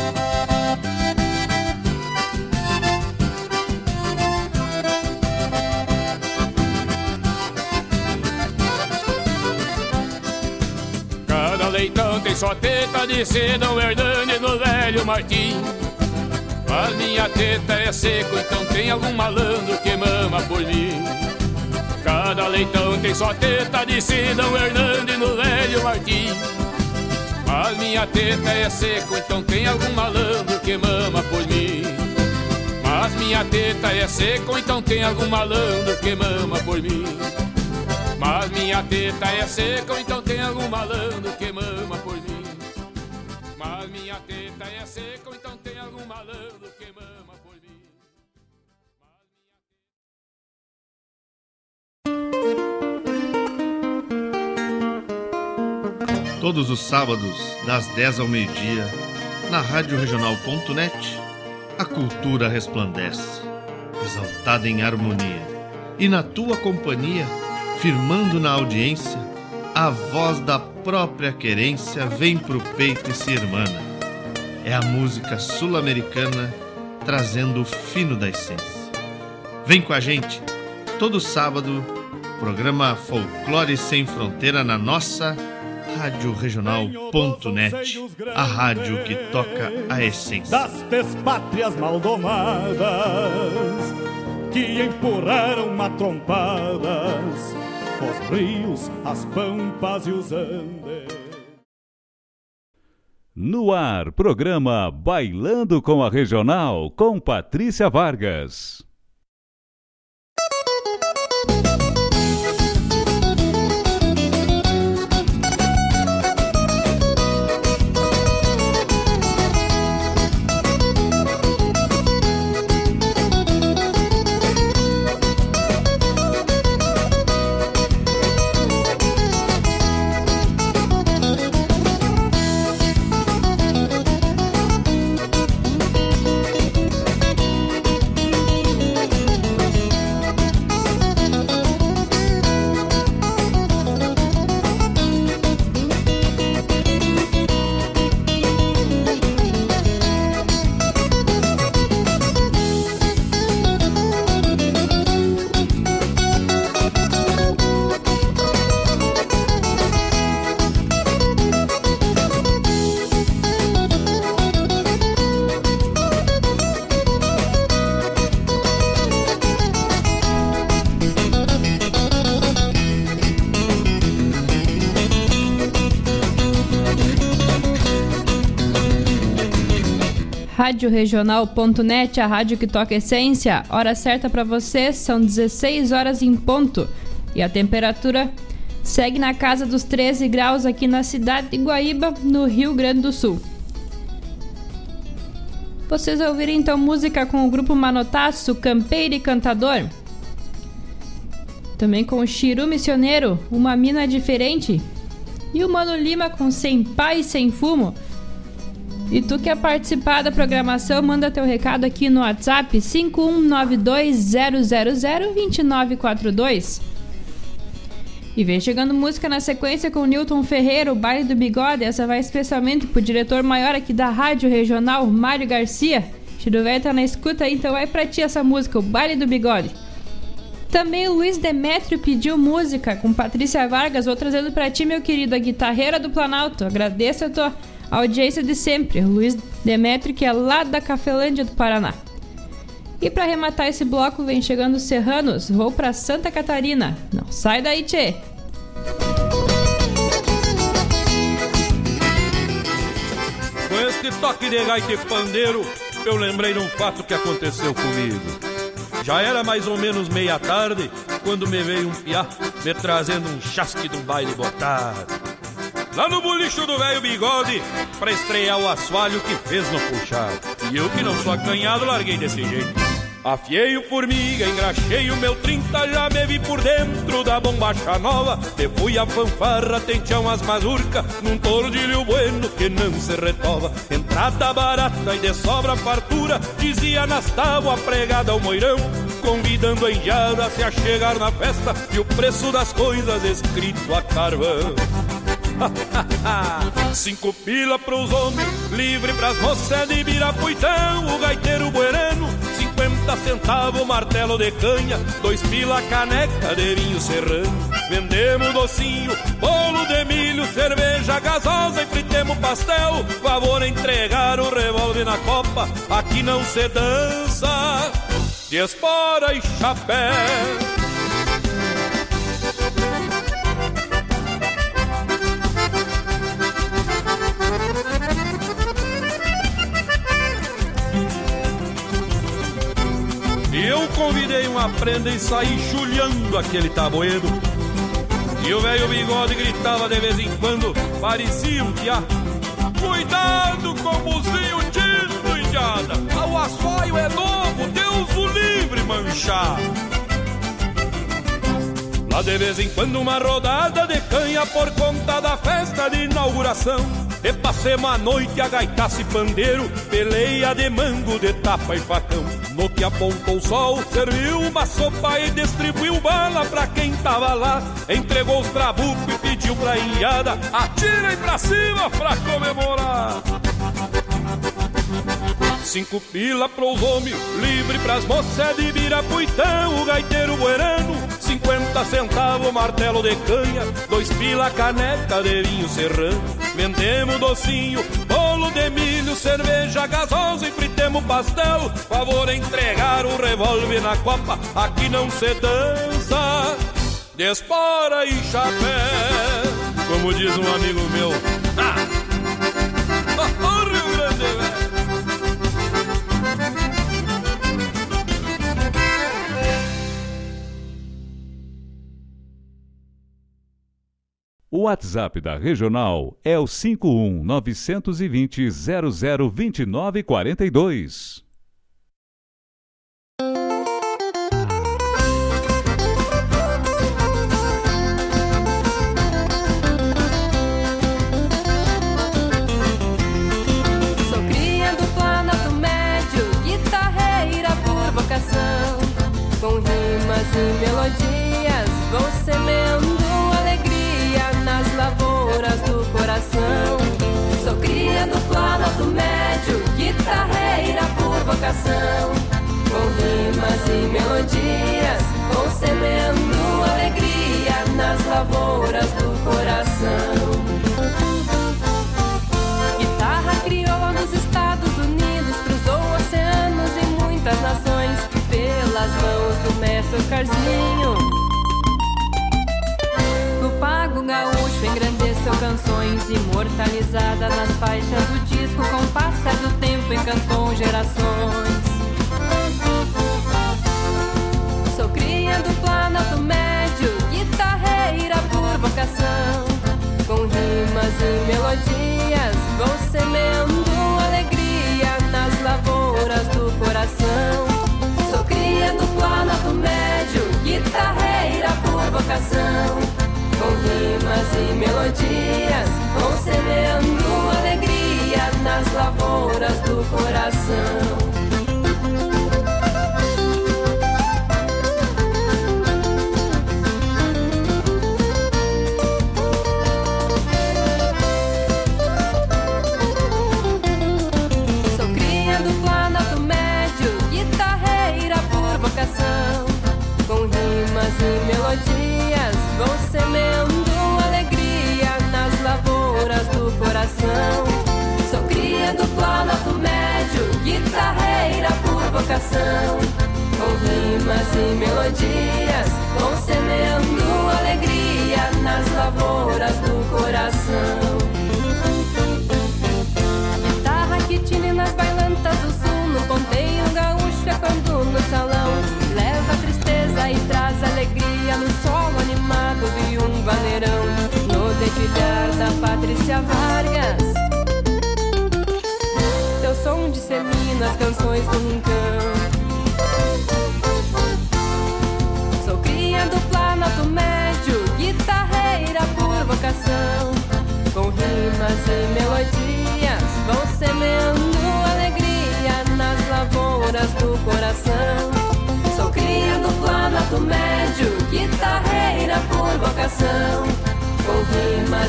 Cada leitão tem só teta de Dom Hernani no velho Martim. Mas minha teta é seco, então tem algum malandro que mama por mim. Cada leitão tem só teta de Dom Hernani no velho Martim. Mas minha teta é seco, então tem algum malandro que mama por mim. Mas minha teta é seco, então tem algum malandro que mama por mim. Mas minha teta é seca, então tem algum malandro que mama por mim. Mas minha teta é seca, então tem algum malandro que mama por mim. Todos os sábados, das dez ao meio-dia, na rádio regional ponto net, a cultura resplandece, exaltada em harmonia. E na tua companhia, firmando na audiência, a voz da própria querência vem pro peito e se irmana. É a música sul-americana trazendo o fino da essência. Vem com a gente, todo sábado, programa Folclore Sem Fronteira na nossa rádio regional ponto net, a rádio que toca a essência das despátrias maldomadas que empurraram matrompadas os rios, as pampas e os andes. No ar, programa Bailando com a Regional, com Patrícia Vargas. rádio regional ponto net, a rádio que toca essência. Hora certa para você, são dezesseis horas em ponto. E a temperatura segue na casa dos treze graus aqui na cidade de Guaíba, no Rio Grande do Sul. Vocês ouviram então música com o grupo Manotaço, Campeiro e Cantador. Também com o Chiru Missioneiro, Uma Mina Diferente. E o Mano Lima com Sem Pai e Sem Fumo. E tu quer participar da programação, manda teu recado aqui no WhatsApp cinco um nove dois zero zero zero dois nove quatro dois. E vem chegando música na sequência com o Newton Ferreira, o Baile do Bigode. Essa vai especialmente pro diretor maior aqui da Rádio Regional, Mário Garcia. Chiru Velho tá na escuta aí, então vai pra ti essa música, o Baile do Bigode. Também o Luiz Demétrio pediu música com Patrícia Vargas. Vou trazendo pra ti, meu querido, a guitarreira do Planalto. Agradeço a tua audiência de sempre, o Luiz Demétrio, que é lá da Cafelândia do Paraná. E para arrematar esse bloco, vem chegando os Serranos. Vou para Santa Catarina. Não sai daí, tchê! Com este toque de gaita e pandeiro, eu lembrei de um fato que aconteceu comigo. Já era mais ou menos meia tarde, quando me veio um piá me trazendo um chasque de um baile botado. Lá no bolicho do velho Bigode, pra estrear o assoalho que fez no puxado. E eu que não sou acanhado, larguei desse jeito. Afiei o formiga, engraxei o meu trinta, já me vi por dentro da bombacha nova. E fui a fanfarra, tenteão as mazurca, num tordilho bueno que não se retova. Entrada barata e de sobra fartura, dizia nas tábuas pregada ao moirão. convidando a indiada a se achegar na festa e o preço das coisas escrito a carvão. Cinco pila pros homens, livre pras moças de Birapuitão, o gaiteiro buerano, cinquenta centavos o martelo de canha, dois pila caneca de vinho serrano. Vendemos docinho, bolo de milho, cerveja gasosa e fritemos pastel. Favor entregar o revólver na copa, aqui não se dança de espora e chapéu. E eu convidei uma prenda e saí chulhando aquele tabueiro. E o velho bigode gritava de vez em quando, parecia um piá: cuidado com o buzinho tinto, indiada, o assoio é novo, Deus o livre manchar. Lá de vez em quando uma rodada de canha por conta da festa de inauguração. E passemos a noite a gaitaço e pandeiro, peleia de mango, de tapa e facão. No que apontou o sol, serviu uma sopa e distribuiu bala pra quem tava lá. Entregou os trabucos e pediu pra indiada: atirem pra cima pra comemorar. Cinco pila pros homens, livre pras moças de Birapuitão, o gaiteiro buerano, cinquenta centavos o martelo de canha, dois pila caneca de vinho serrano. Vendemos docinho, bolo de milho, cerveja gasosa e fritemos pastel. Favor entregar o revólver na copa, aqui não se dança de espora e chapéu. Como diz um amigo meu, ah! Oh, Rio Grande, velho! O WhatsApp da Regional é o cinco um nove dois zero zero zero dois nove quatro dois. Sou cria do Planalto Médio, guitarreira por vocação, com rimas e melodias vou semeando nas lavouras do coração. Sou cria do Planalto Médio, guitarreira por vocação, com rimas e melodias vou semeando alegria nas lavouras do coração. Guitarra crioula nos Estados Unidos, cruzou oceanos e muitas nações, pelas mãos do mestre Oscarzinho. No pago gaúcho engrandeceu canções, imortalizada nas faixas do disco, com o passar do tempo encantou gerações. Sou cria do Planalto Médio, guitarreira por vocação, com rimas e melodias vou semeando alegria nas lavouras do coração. Sou cria do Planalto Médio, guitarreira por vocação, com rimas e melodias vão semeando alegria nas lavouras do coração. Sou cria do Planalto Médio, guitarreira por vocação, com rimas e melodias vão semeando alegria nas lavouras do coração. Sou cria do Planalto Médio, guitarreira por vocação, com rimas e melodias vão semeando alegria nas lavouras do coração. Guitarra que tine nas bailantas do sul, no ponteio gaúcho é quando no salão leva tristeza e traz alegria no solo animado de um vaneirão. No dedilhar da Patrícia Vargas, teu som dissemina as canções do rincão. Sou cria do Planalto Médio, guitarreira por vocação, com rimas e melodias vão semeando alegria nas lavouras do coração. Sou cria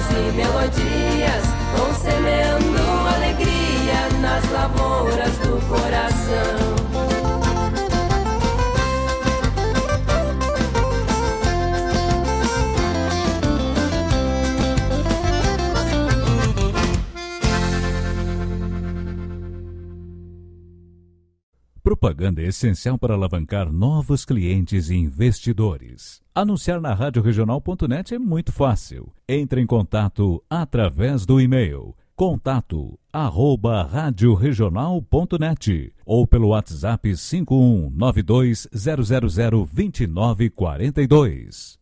canções e melodias vão semeando alegria nas lavouras do coração. Propaganda é essencial para alavancar novos clientes e investidores. Anunciar na rádio regional ponto net é muito fácil. Entre em contato através do e-mail contato arroba rádio regional ponto net ou pelo WhatsApp cinco um nove dois zero zero zero dois nove quatro dois.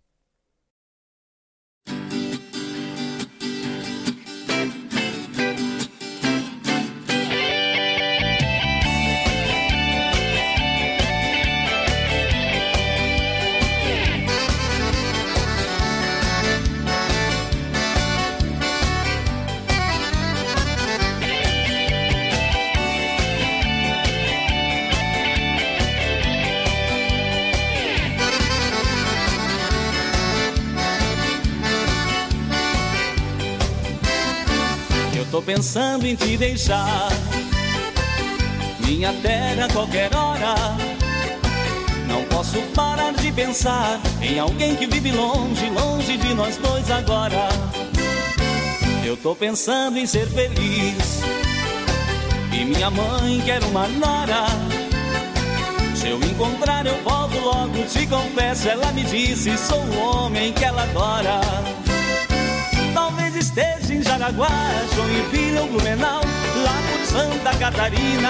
Tô pensando em te deixar, minha terra a qualquer hora. Não posso parar de pensar em alguém que vive longe, longe de nós dois agora. Eu tô pensando em ser feliz e minha mãe quer uma nora. Se eu encontrar eu volto logo, te confesso, ela me disse, sou o homem que ela adora. Talvez esteja em Jaraguá, Joinville ou Blumenau, lá por Santa Catarina.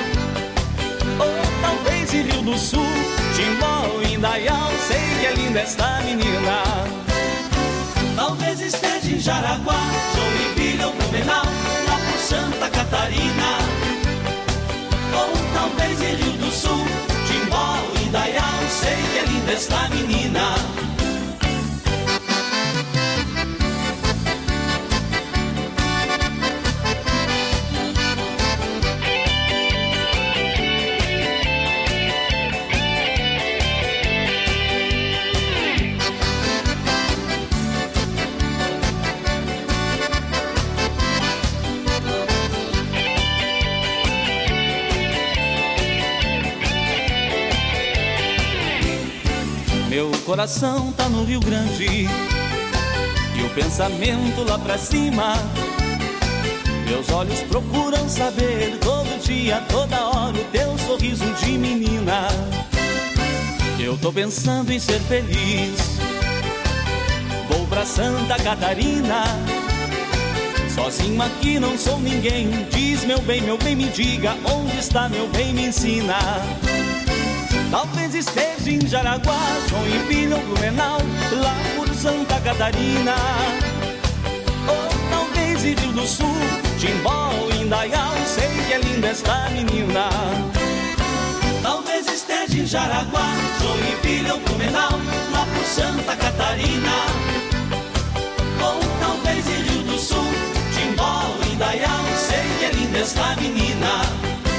Ou talvez em Rio do Sul, Timbó ou Indaial, sei que é linda esta menina. Talvez esteja em Jaraguá, Joinville ou Blumenau, lá por Santa Catarina. Ou talvez em Rio do Sul, Timbó ou Indaial, sei que é linda esta menina. Meu coração tá no Rio Grande e o pensamento lá pra cima. Meus olhos procuram saber todo dia, toda hora o teu sorriso de menina. Eu tô pensando em ser feliz, vou pra Santa Catarina. Sozinho aqui não sou ninguém, diz meu bem, meu bem me diga, onde está meu bem me ensina. Talvez esteja em Jaraguá, Joinville ou Blumenau, lá por Santa Catarina. Ou talvez em Rio do Sul, Timbó ou Indaial, sei que é linda esta menina. Talvez esteja em Jaraguá, Joinville ou Blumenau, lá por Santa Catarina. Ou talvez em Rio do Sul, Timbó ou Indaial, sei que é linda esta menina.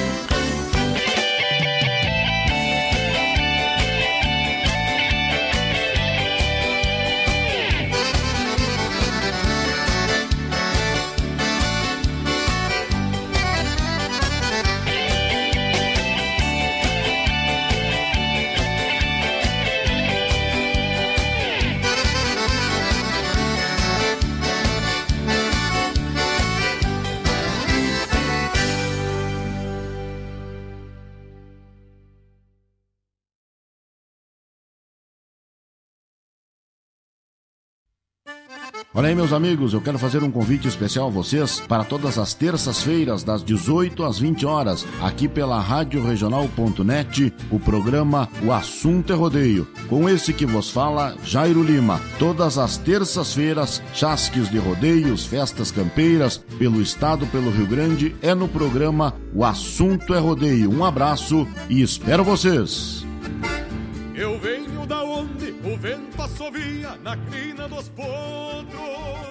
Olha aí, meus amigos, eu quero fazer um convite especial a vocês para todas as terças-feiras, das dezoito às vinte horas, aqui pela rádio regional ponto net, o programa O Assunto é Rodeio. Com esse que vos fala, Jairo Lima. Todas as terças-feiras, chasques de rodeios, festas campeiras, pelo estado, pelo Rio Grande, é no programa O Assunto é Rodeio. Um abraço e espero vocês! Eu venho da onde o vento assovia na crina dos potros.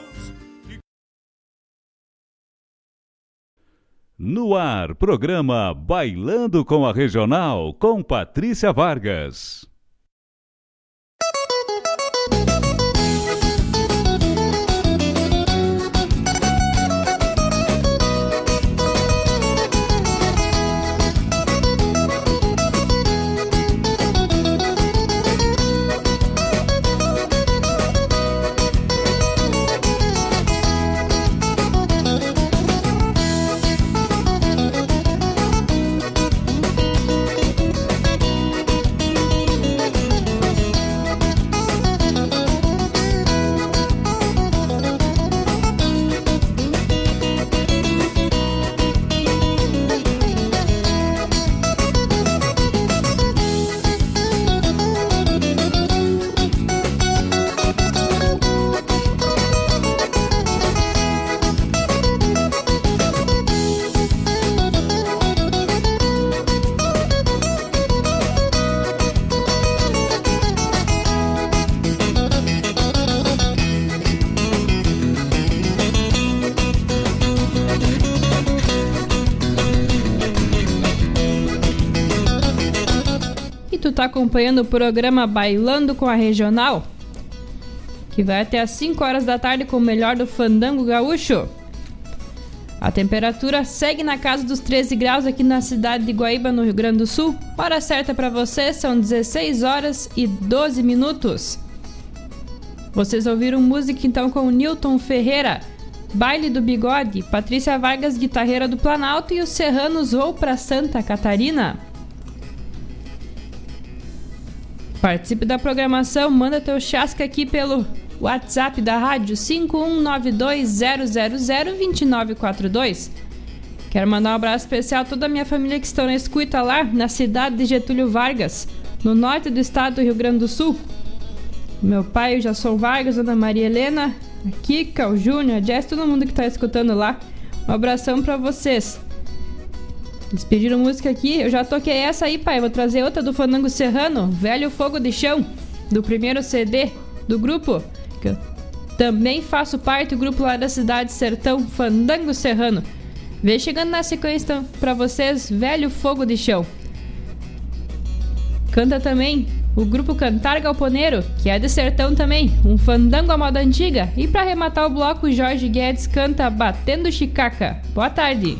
No ar, programa Bailando com a Regional, com Patrícia Vargas. está acompanhando o programa Bailando com a Regional, que vai até às cinco horas da tarde com o melhor do fandango gaúcho. A temperatura segue na casa dos treze graus aqui na cidade de Guaíba, no Rio Grande do Sul. Hora certa para você são dezesseis horas e doze minutos. Vocês ouviram música então com o Newton Ferreira, Baile do Bigode, Patrícia Vargas, guitarreira do Planalto, e os Serranos Vou pra Santa Catarina. Participe da programação, manda teu chasca aqui pelo WhatsApp da rádio cinco um nove dois zero zero zero dois nove quatro dois. Quero mandar um abraço especial a toda a minha família que estão na escuta lá na cidade de Getúlio Vargas, no norte do estado do Rio Grande do Sul. Meu pai, o Jasson Vargas, Ana Maria Helena, a Kika, o Júnior, a Jess, todo mundo que está escutando lá. Um abração para vocês. Eles pediram música aqui, eu já toquei essa aí, pai. Vou trazer outra do Fandango Serrano, Velho Fogo de Chão, do primeiro C D do grupo, que eu também faço parte do grupo lá da cidade Sertão, Fandango Serrano. Vem chegando na sequência então, pra vocês, Velho Fogo de Chão. Canta também o grupo Cantar Galponeiro, que é de Sertão também, um fandango à moda antiga. E pra arrematar o bloco, Jorge Guedes canta Batendo Chicaca. Boa tarde.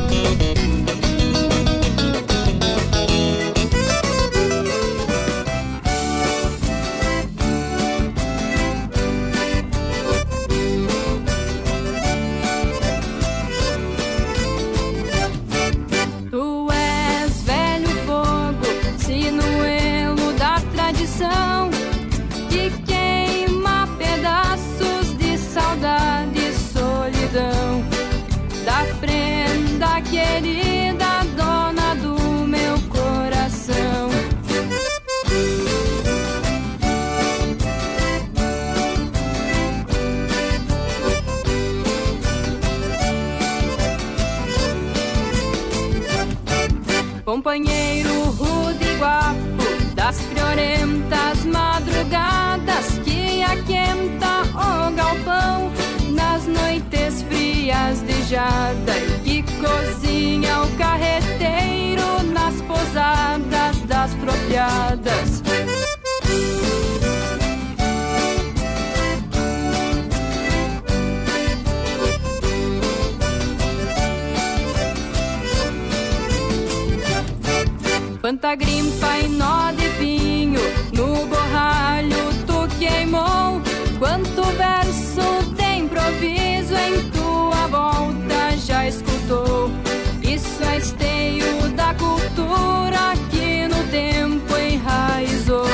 Querida dona do meu coração, companheiro rude e guapo das friorentas madrugadas que aquenta o galpão nas noites frias de jada e que cozinha o carreteiro nas posadas das tropiadas. Pantagrimpa e nó de pinho no borralho tu queimou. Quanto verso de improviso em tua volta já escutou. Isso é esteio da cultura que no tempo enraizou.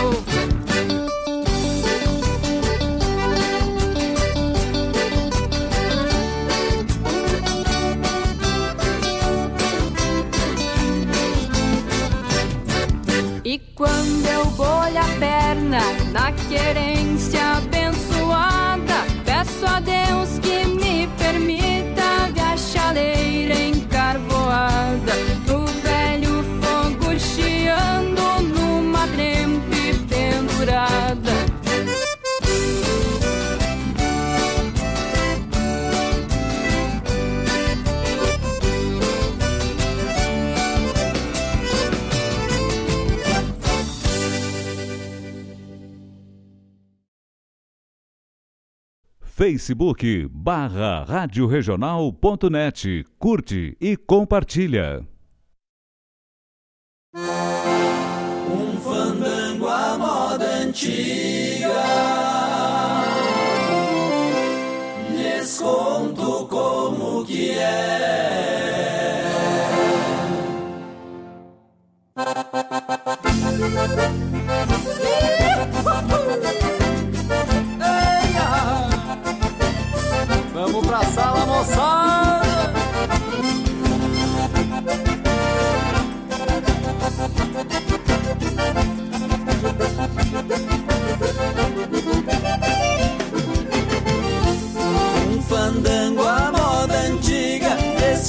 E quando eu bolho a perna na querência abençoada, peço a Deus que me permita ver a chaleira encarvoada, no velho fogo chiando numa trempe pendurada. Facebook barra rádio regional ponto net. Curte e compartilha. Um fandango à moda antiga, lhes conto como que é. Vamos pra sala, moçada! Um fandango à moda antiga,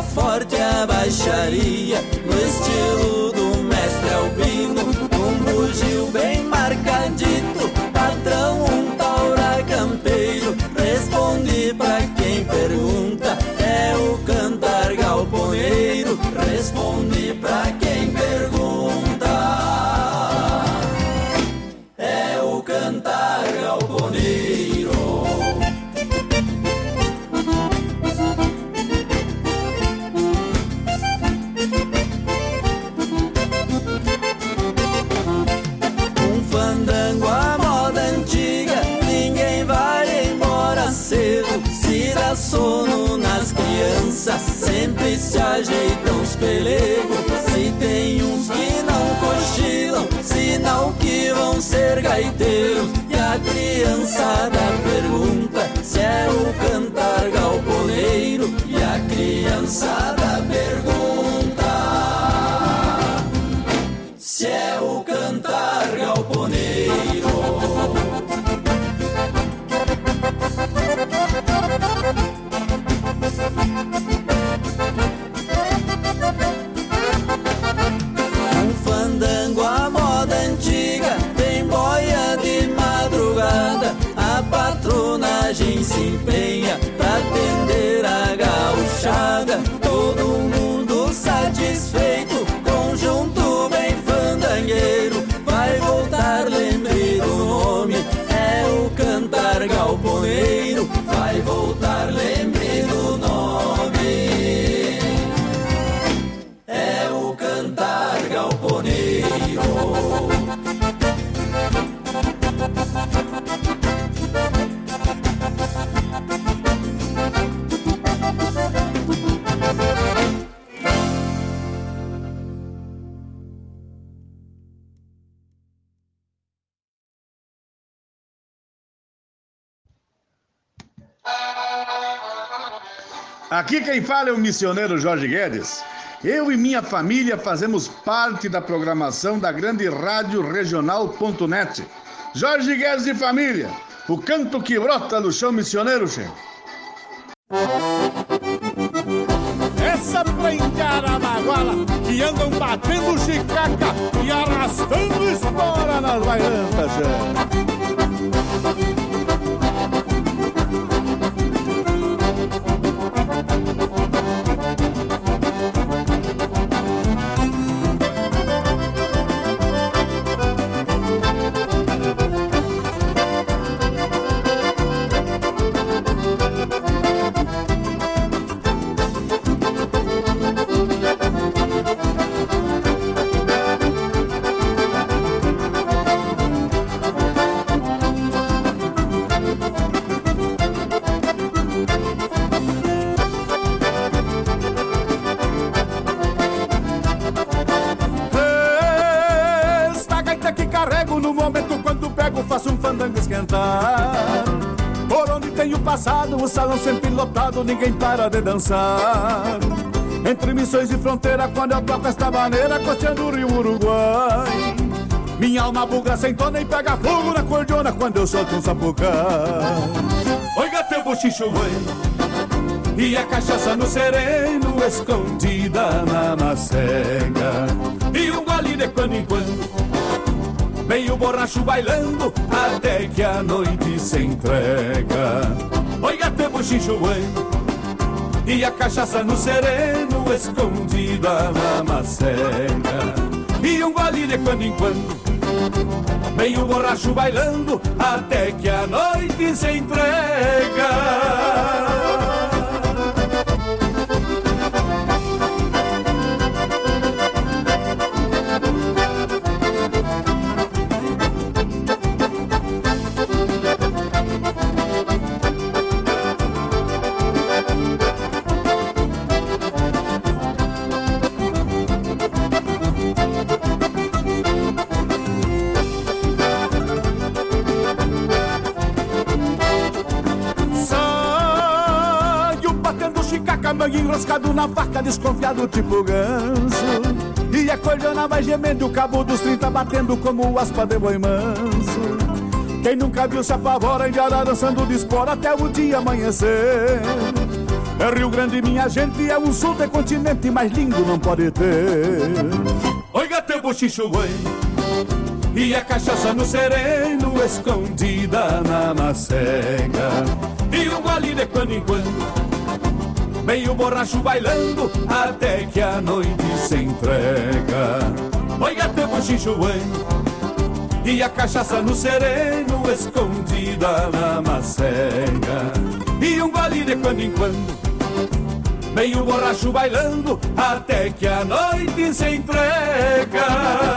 forte a baixaria, no estilo do mestre Albino, um bugio bem marcadito, patrão um taura campeiro. Respondi pra quem pergunta, é o cantar galponeiro. Respondi pra quem pergunta, é o cantar galponeiro. Um fandango à moda antiga, ninguém vai embora cedo. Se dá sono nas crianças, sempre se ajeitam os pelegos. Se tem uns que não cochilam, sinal que vão ser gaiteiros. E a criançada pergunta se é o cantar galponeiro. E a criançada pergunta se é o cantar galponeiro. Um fandango à moda antiga, tem boia de madrugada. A patronagem se empenha pra atender a gauchada. Todo mundo satisfeito, conjunto bem fandangueiro. Vai voltar, lembre do nome, é o cantar galponeiro. Vai voltar, lembre do nome, é o cantar galponeiro. Aqui quem fala é o missioneiro Jorge Guedes. Eu e minha família fazemos parte da programação da grande rádio regional ponto net. Jorge Guedes e família, o canto que brota no chão missioneiro, che. Essa prenhara baguala que andam batendo chicaca e arrastando espora nas bailantas, che. Por onde tenho passado, o salão sempre lotado, ninguém para de dançar. Entre missões e fronteira, quando eu toco esta maneira, costeando o rio Uruguai. Minha alma buga sem tona e pega fogo na cordiona quando eu solto um sapucai. Oiga teu bochicho, ué, e a cachaça no sereno, escondida na macega. E um gole de quando em quando, meio borracho bailando, até que a noite se entrega. Oi, gato, buchincho bueno, e a cachaça no sereno, escondida na macega. E um gole de quando em quando, meio borracho bailando, até que a noite se entrega. Mangue enroscado na faca, desconfiado tipo ganso. E a cordiona vai gemendo, o cabo dos trinta batendo como aspa de boi manso. Quem nunca viu se apavora, indiada dançando de espora até o dia amanhecer. É Rio Grande, minha gente, é um sul de continente mais lindo não pode ter. Oiga teu bochicho, ué, e a cachaça no sereno, escondida na macega. E um gole de quando em quando, meio borracho bailando, até que a noite se entrega. Oiga teu bochicho, ué, e a cachaça no sereno, escondida na macega. E um gole de quando em quando, meio borracho bailando, até que a noite se entrega.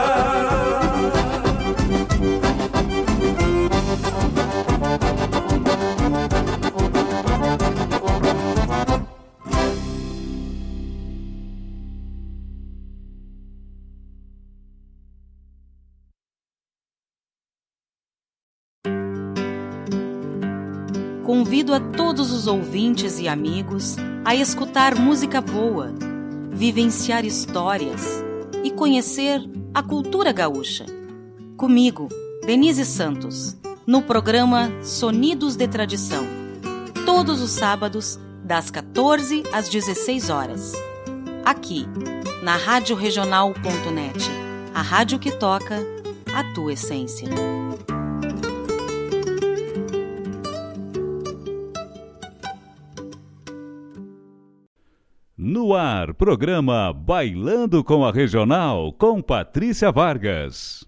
Convido a todos os ouvintes e amigos a escutar música boa, vivenciar histórias e conhecer a cultura gaúcha. Comigo, Denise Santos, no programa Sonidos de Tradição, todos os sábados, das quatorze às dezesseis horas. Aqui, na rádio regional ponto net, a rádio que toca a tua essência. No ar, programa Bailando com a Regional, com Patrícia Vargas.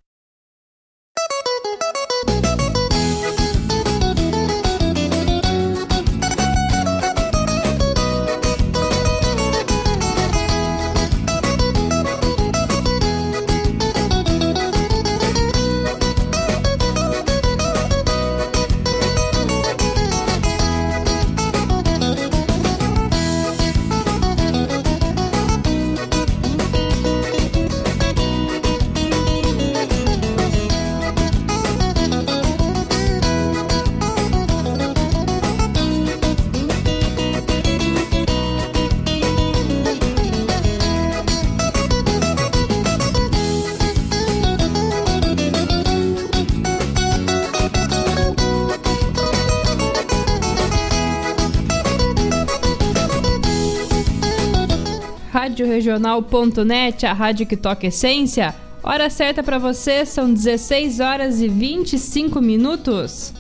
rádio regional ponto net, a rádio que toca essência. Hora certa para você, são dezesseis horas e vinte e cinco minutos.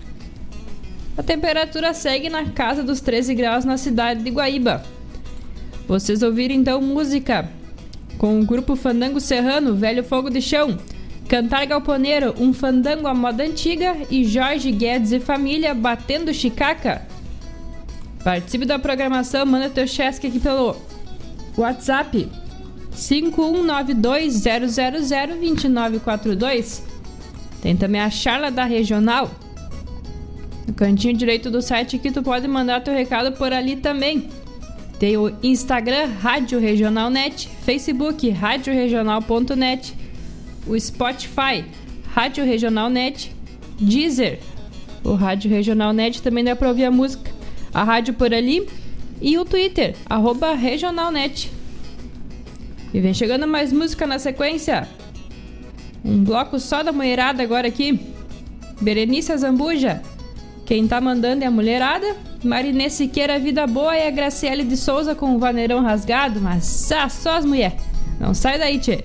A temperatura segue na casa dos treze graus na cidade de Guaíba. Vocês ouviram então música com o grupo Fandango Serrano, Velho Fogo de Chão, Cantar Galponeiro, um fandango à moda antiga, e Jorge Guedes e família, Batendo Chicaca. Participe da programação, manda teu chesque aqui pelo WhatsApp cinco um nove dois zero zero zero dois nove quatro dois. Tem também a Charla da Regional. No cantinho direito do site aqui tu pode mandar teu recado por ali também. Tem o Instagram Rádio Regional Net, Facebook Rádio Regional ponto net, o Spotify Rádio Regional Net, Deezer, o Rádio Regional Net também dá pra ouvir a música, a rádio por ali, e o Twitter, arroba RegionalNet. E vem chegando mais música na sequência. Um bloco só da mulherada agora aqui. Berenice Azambuja. Quem tá mandando é a mulherada. Marinê Siqueira, Vida Boa, e a Graciele de Souza com o vaneirão rasgado. Mas só, só as mulheres. Não sai daí, tchê.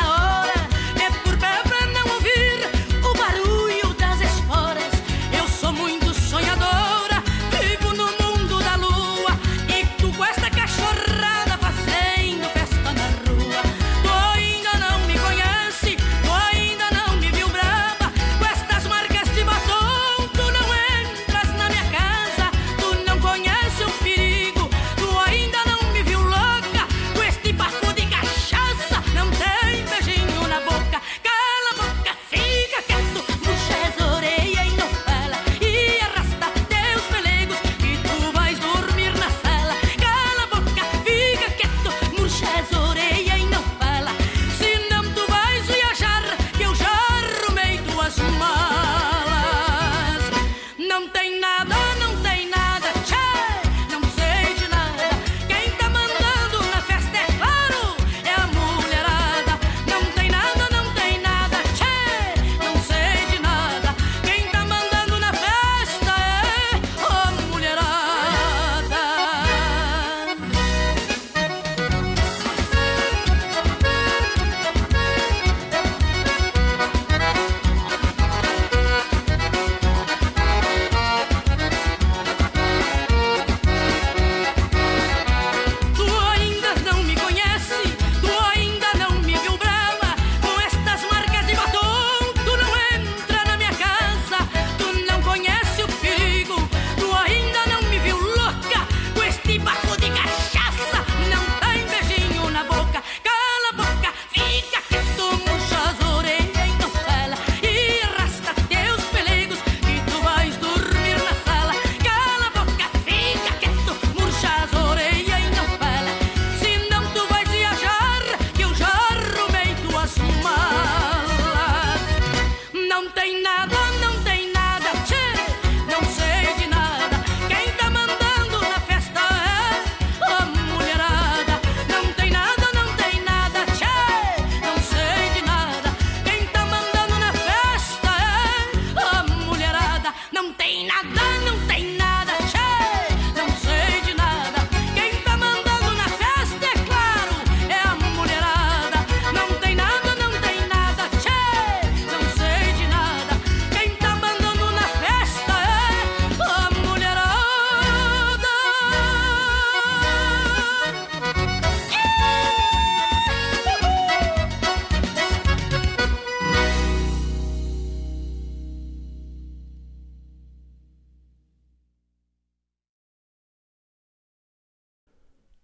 Sou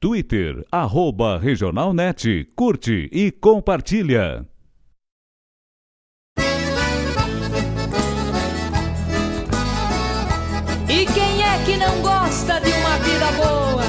Twitter, arroba regionalnet, curte e compartilha. E quem é que não gosta de uma vida boa?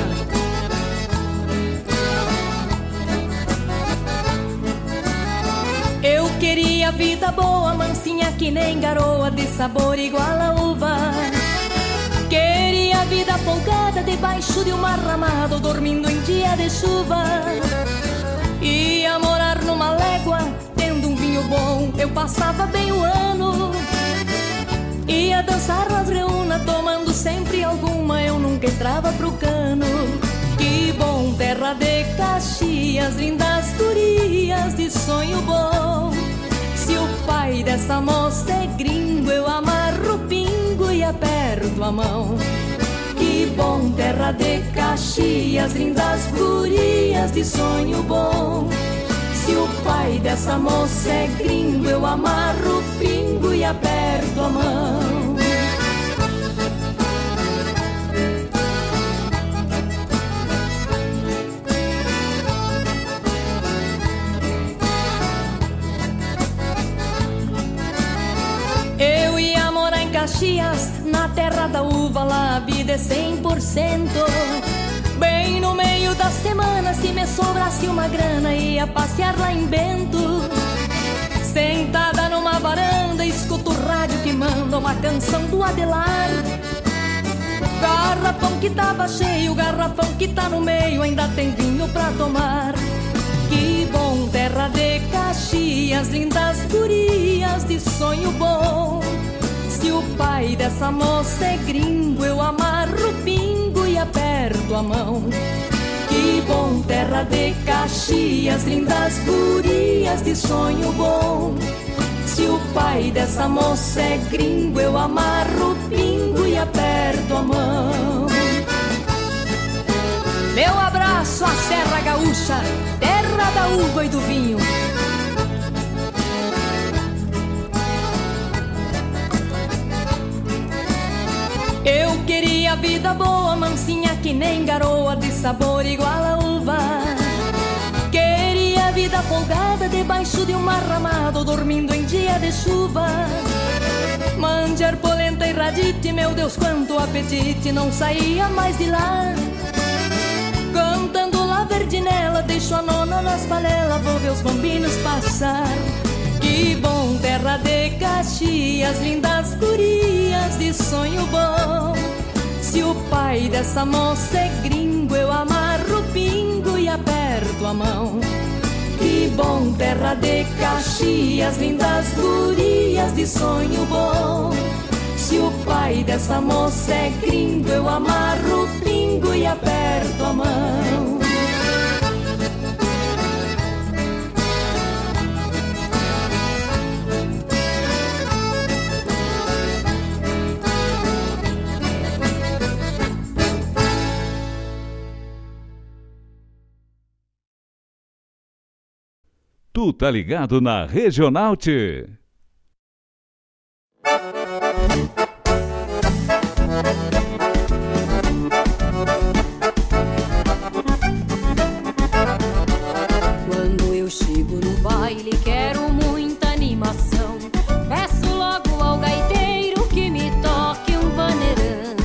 Eu queria vida boa, mansinha que nem garoa, de sabor igual a uva. Queria vida folgada debaixo de um arramado, dormindo em dia de chuva. Ia morar numa légua, tendo um vinho bom, eu passava bem o ano. Ia dançar nas reunas, tomando sempre alguma, eu nunca entrava pro cano. Que bom, terra de Caxias, lindas gurias de sonho bom. Se o pai dessa moça é gringo, eu amarro o pingo e aperto a mão. Que bom, terra de Caxias, lindas gurias de sonho bom. Se o pai dessa moça é gringo, eu amarro o pingo e aperto a mão. Eu ia morar em Caxias, na terra da uva, lá a vida é cem por cento. Bem no meio da semana, se me sobrasse uma grana, ia passear lá em Bento. Sentada numa varanda, escuto o rádio que manda uma canção do Adelar. Garrafão que tava cheio, garrafão que tá no meio, ainda tem vinho pra tomar. Que bom, terra de Caxias, lindas gurias de sonho bom. Se o pai dessa moça é gringo, eu amarro o pingo e aperto a mão. Que bom, terra de Caxias, lindas gurias de sonho bom. Se o pai dessa moça é gringo, eu amarro o pingo e aperto a mão. Meu abraço à Serra Gaúcha, terra da uva e do vinho. Eu queria vida boa, mansinha que nem garoa, de sabor igual a uva. Queria vida folgada debaixo de um arramado, dormindo em dia de chuva. Manjar, polenta e radite, meu Deus, quanto apetite, não saía mais de lá. Cantando lá verdinela, deixo a nona nas panelas, vou ver os bambinos passar. Que bom, terra de Caxias, lindas gurias de sonho bom. Se o pai dessa moça é gringo, eu amarro o pingo e aperto a mão. Que bom, terra de Caxias, lindas gurias de sonho bom. Se o pai dessa moça é gringo, eu amarro o pingo e aperto a mão. Tu tá ligado na Regional Tchê. Quando eu chego no baile, quero muita animação. Peço logo ao gaiteiro que me toque um vaneirão.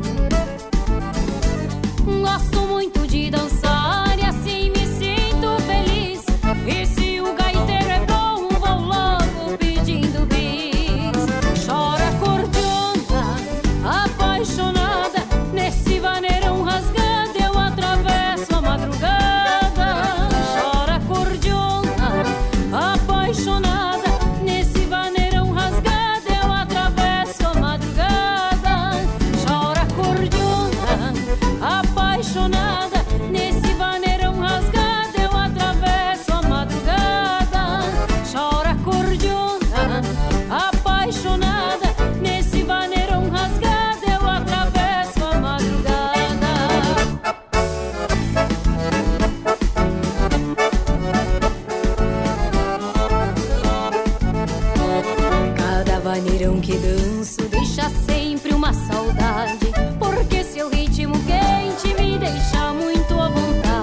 Gosto muito de dançar e assim me sinto feliz. E se o gaiteiro é bom, vou logo pedindo bis. Chora cordiona, apaixonada, nesse vaneirão rasgado eu atravesso a madrugada. Chora cordiona, apaixonada, nesse vaneirão rasgado eu atravesso a madrugada. Chora cordiona, apaixonada, nesse vaneirão rasgado eu atravesso a madrugada. Chora cordiona, apaixonada, nesse vaneirão rasgado eu atravesso a madrugada. Cada vaneirão que danço deixa sempre uma saudade, porque seu ritmo quente me deixa muito à vontade.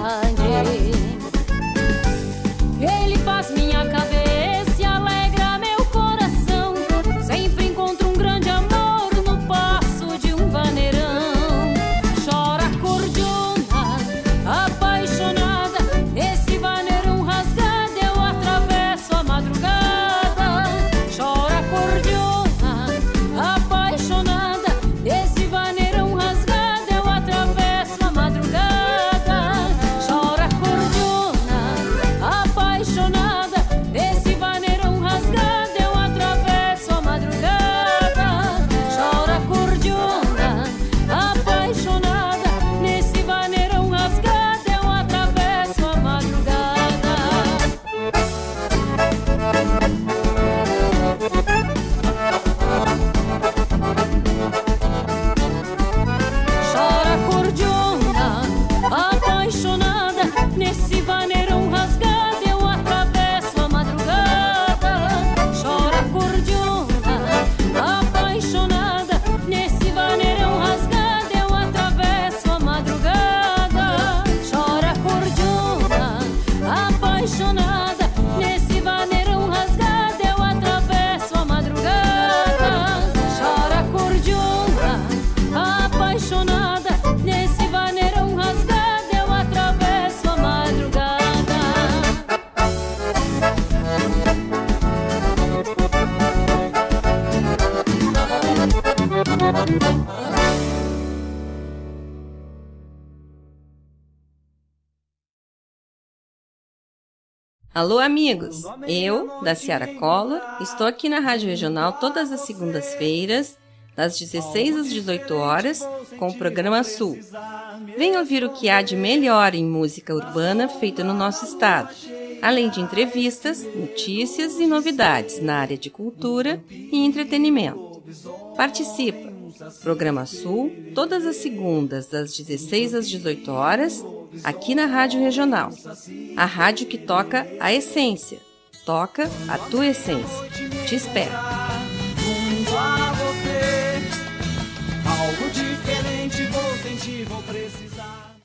Alô, amigos! Eu, da Ciara Collor, estou aqui na Rádio Regional todas as segundas-feiras, das dezesseis às dezoito horas, com o programa Sul. Venha ouvir o que há de melhor em música urbana feita no nosso estado, além de entrevistas, notícias e novidades na área de cultura e entretenimento. Participa! Programa Sul, todas as segundas, das dezesseis às dezoito horas, aqui na Rádio Regional. A rádio que toca a essência. Toca a tua essência. Te espero. Junto a você, algo diferente vou sentir, vou precisar.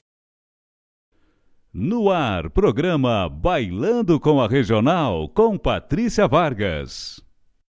No ar, programa Bailando com a Regional, com Patrícia Vargas.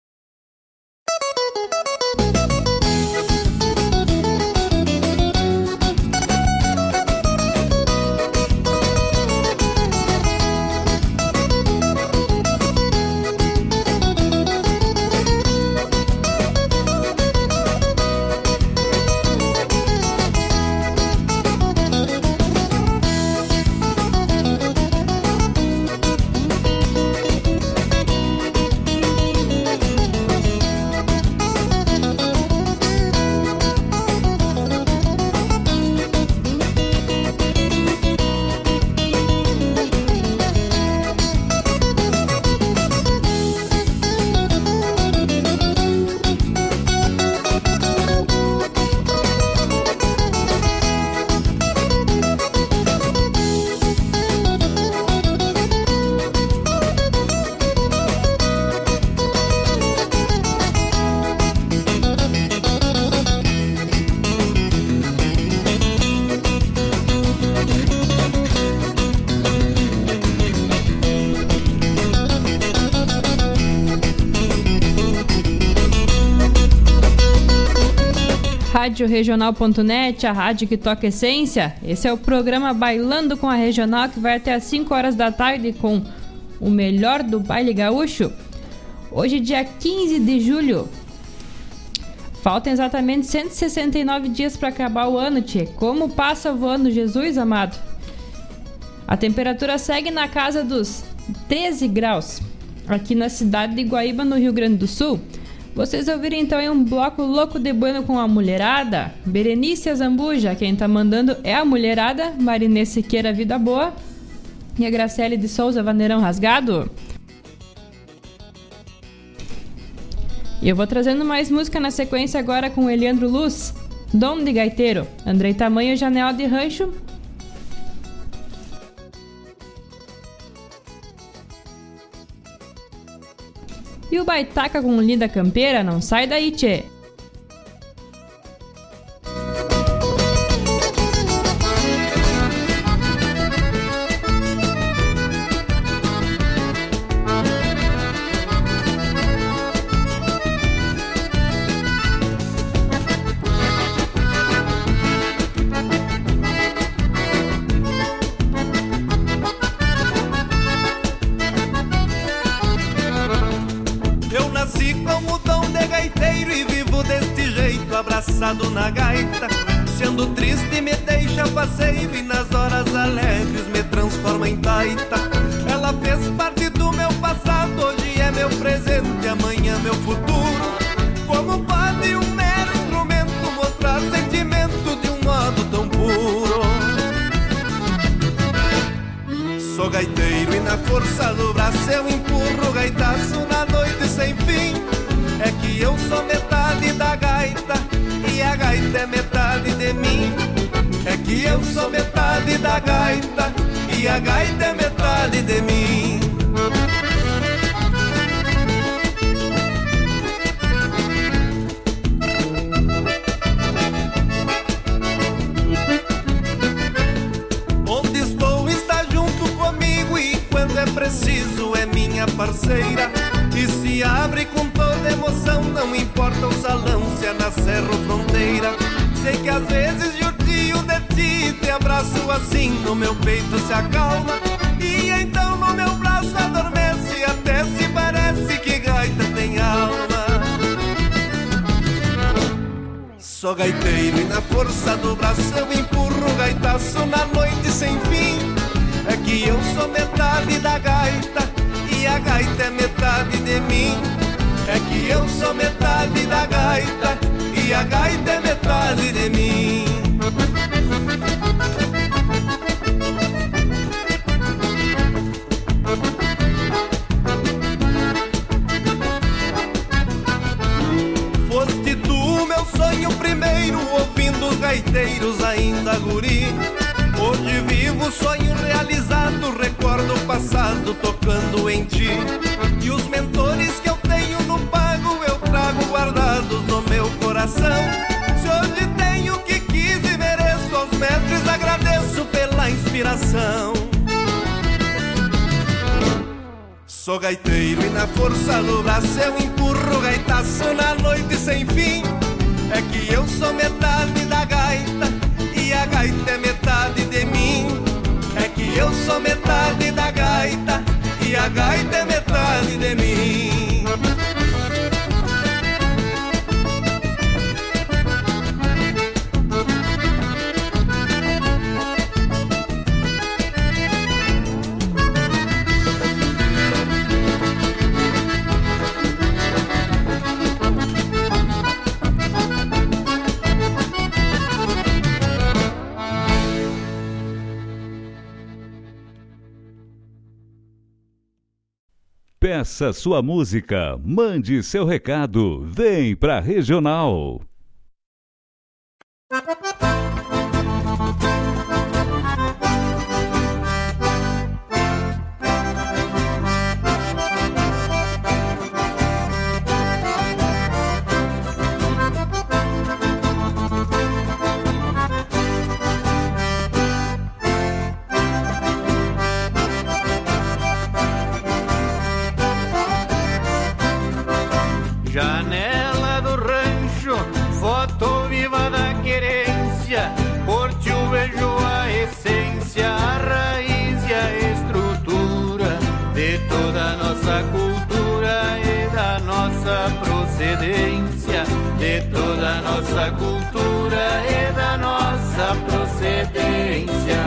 rádio regional ponto net, a rádio que toca essência. Esse é o programa Bailando com a Regional, que vai até às cinco horas da tarde com o melhor do baile gaúcho. Hoje, dia quinze de julho. Faltam exatamente cento e sessenta e nove dias para acabar o ano, tchê. Como passa voando, Jesus amado. A temperatura segue na casa dos treze graus, aqui na cidade de Guaíba, no Rio Grande do Sul. Vocês ouviram então aí um bloco louco de bueno com a mulherada? Berenice Azambuja, quem tá mandando é a mulherada, Marinê Siqueira Vida Boa e a Graciele de Souza Vaneirão Rasgado. E eu vou trazendo mais música na sequência agora com Eliandro Luz, Dom de Gaiteiro, Andrei Tamanho, Janela de Rancho. E o Baitaca com Linda Campeira, não sai daí, tchê! Abraçado na gaita, sendo triste me deixa passeio e nas horas alegres me transforma em taita. Ela fez parte do meu passado, hoje é meu presente, amanhã meu futuro. Como pode um mero instrumento mostrar sentimento de um modo tão puro? Sou gaiteiro e na força do braço eu empurro o gaitaço na noite sem fim. É que eu sou metade da gaita e a gaita é metade de mim. É que eu sou metade da gaita e a gaita é metade de mim. Onde estou está junto comigo e quando é preciso é minha parceira. E se abre com toda emoção, não importa o salão, se é na serra ou fronteira. Sei que às vezes judio de ti, te abraço assim, no meu peito se acalma. E então no meu braço adormece, até se parece que gaita tem alma. Sou gaiteiro e na força do braço eu empurro o gaitaço na noite sem fim. É que eu sou metade da gaita e a gaita é metade de mim. É que eu sou metade da gaita e a gaita é metade de mim. Foste tu meu sonho primeiro, ouvindo os gaiteiros ainda guri. Hoje vivo o sonho realizado, recordo o passado tocando em ti. E os mentores que eu tenho no pago eu trago guardados no meu coração. Se hoje tenho o que quis e mereço, aos mestres agradeço pela inspiração. Sou gaiteiro e na força do braço eu empurro o gaitaço na noite sem fim. É que eu sou metade da gaita e a gaita é metade de mim. É que eu sou metade da gaita e a gaita é metade de mim. Peça sua música, mande seu recado, vem pra Regional. Janela do rancho, foto viva da querência. Por ti eu vejo a essência, a raiz e a estrutura de toda a nossa cultura e da nossa procedência. De toda a nossa cultura e da nossa procedência.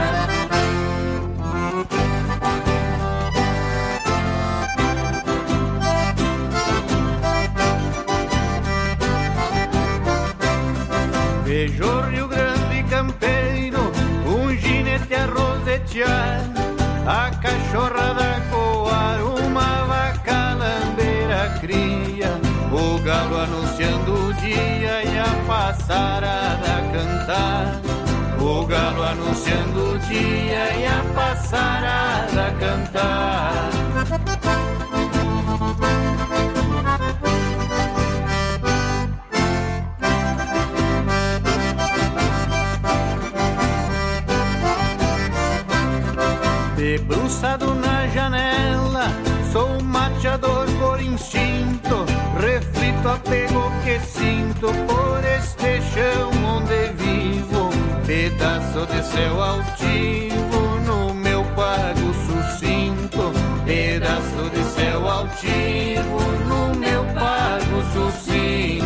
Vejo o Rio Grande campeiro, um ginete a rosetear, a cachorrada coar, uma vaca lambeira cria, o galo anunciando o dia e a passarada cantar. O galo anunciando o dia e a passarada cantar. Debruçado na janela, sou mateador por instinto, reflito apego que sinto por este chão onde vivo. Pedaço de céu altivo no meu pago sucinto. Pedaço de céu altivo no meu pago sucinto.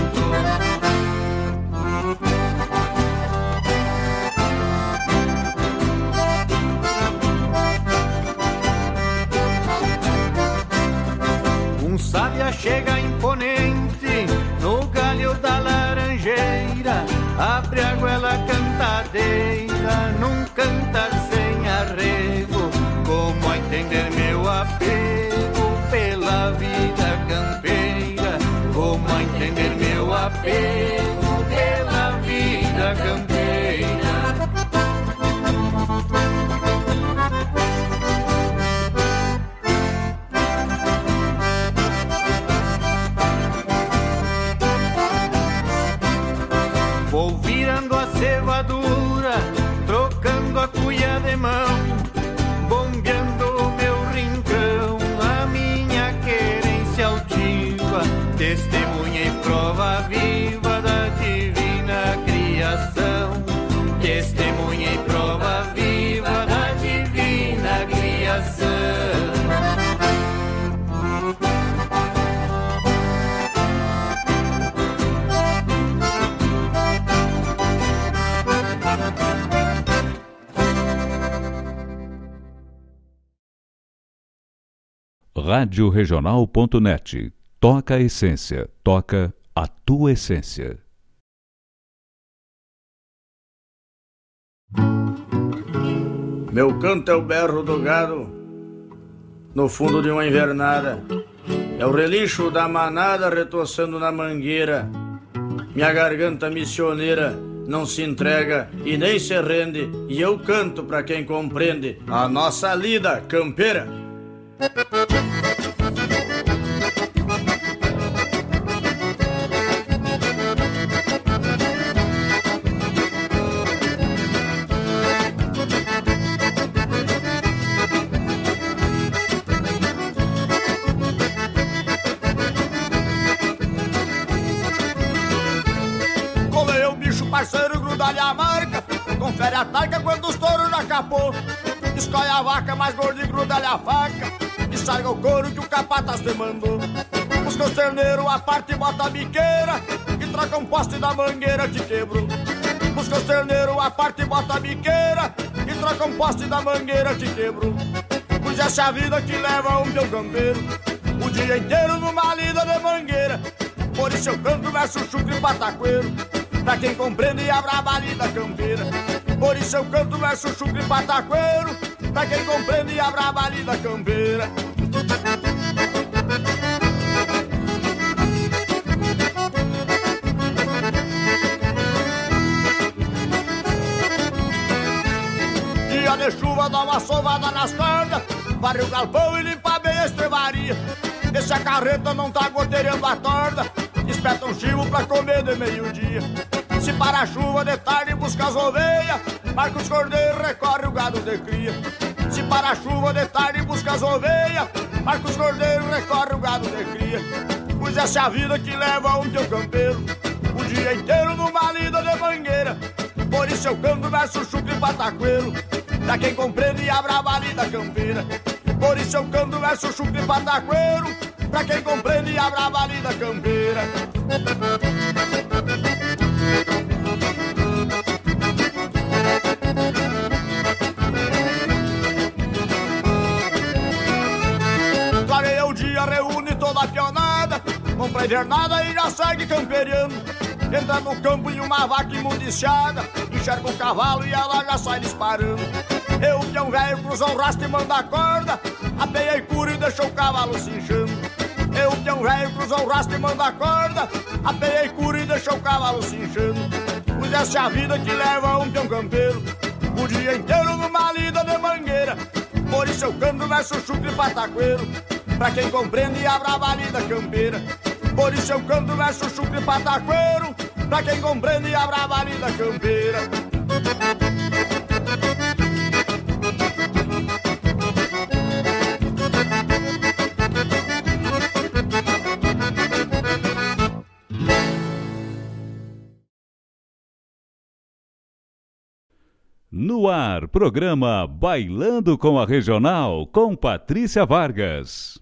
Sábia chega imponente no galho da laranjeira, abre a goela cantadeira num cantar sem arrego. Como a entender meu apego pela vida campeira? Como a entender meu apego pela vida campeira? Vou virando a cevadura, trocando a cuia de mão, bombeando o meu rincão, a minha querência altiva, testemunha e prova viva da divina criação. Testemunha e prova viva da divina criação. rádio regional ponto net. Toca a essência, toca a tua essência. Meu canto é o berro do gado no fundo de uma invernada. É o relincho da manada retorcendo na mangueira. Minha garganta missioneira não se entrega e nem se rende, e eu canto pra quem compreende a nossa lida campeira. Parceiro, gruda-lhe a marca, confere a tarca quando os touros já capou. Escolhe a vaca mais gorda e gruda-lhe a faca, e sarga o couro que o capataz te mandou. Busca os terneiros, a parte e bota a biqueira, e troca um poste da mangueira que quebrou. Busca os terneiros, a parte e bota a biqueira, e troca um poste da mangueira que quebrou. Pois essa é a vida que leva um teu campeiro, o dia inteiro numa lida de mangueira. Por isso eu canto verso chucre e pataqueiro, pra quem compreende e abra a balida campeira. Por isso eu canto verso chucre e pataqueiro, pra quem compreende e abra a balida campeira. Dia de chuva dá uma sovada nas cordas, varre o galpão e limpa bem a estrevaria. E se a carreta não tá goteirando a torda, espeta um chivo pra comer de meio-dia. Se para a chuva de tarde busca as ovelhas, marca os cordeiros, recorre o gado de cria. Se para a chuva de tarde busca as ovelhas, marca os cordeiros, recorre o gado de cria. Pois essa é a vida que leva um teu campeiro, o dia inteiro numa lida de mangueira. Por isso eu canto verso chucre e pataqueiro, pra quem compreende e abra a balida campeira. Por isso eu canto verso chucre e pataqueiro, pra quem compreende e abra a balida campeira. Clareia o dia, reúne toda a pionada, não pra invernada e já segue camperiando. Entra no campo em uma vaca imundiciada, enxerga um cavalo e ela já sai disparando. Eu, que é um velho, cruza o rastro e manda a corda, apeia e cura e deixa o cavalo se inchando. Eu, que é um velho, cruza o rastro e manda a corda, apeia e cura e deixa o cavalo se inchando. Pois essa é a vida que leva um peão campeiro, o dia inteiro numa lida de mangueira. Por isso eu canto verso chucre e pataqueiro, pra quem compreende e abra a balida campeira. Por isso eu canto verso chucre e pataqueiro, pra quem compreende e abra a balida campeira. No ar, programa Bailando com a Regional, com Patrícia Vargas.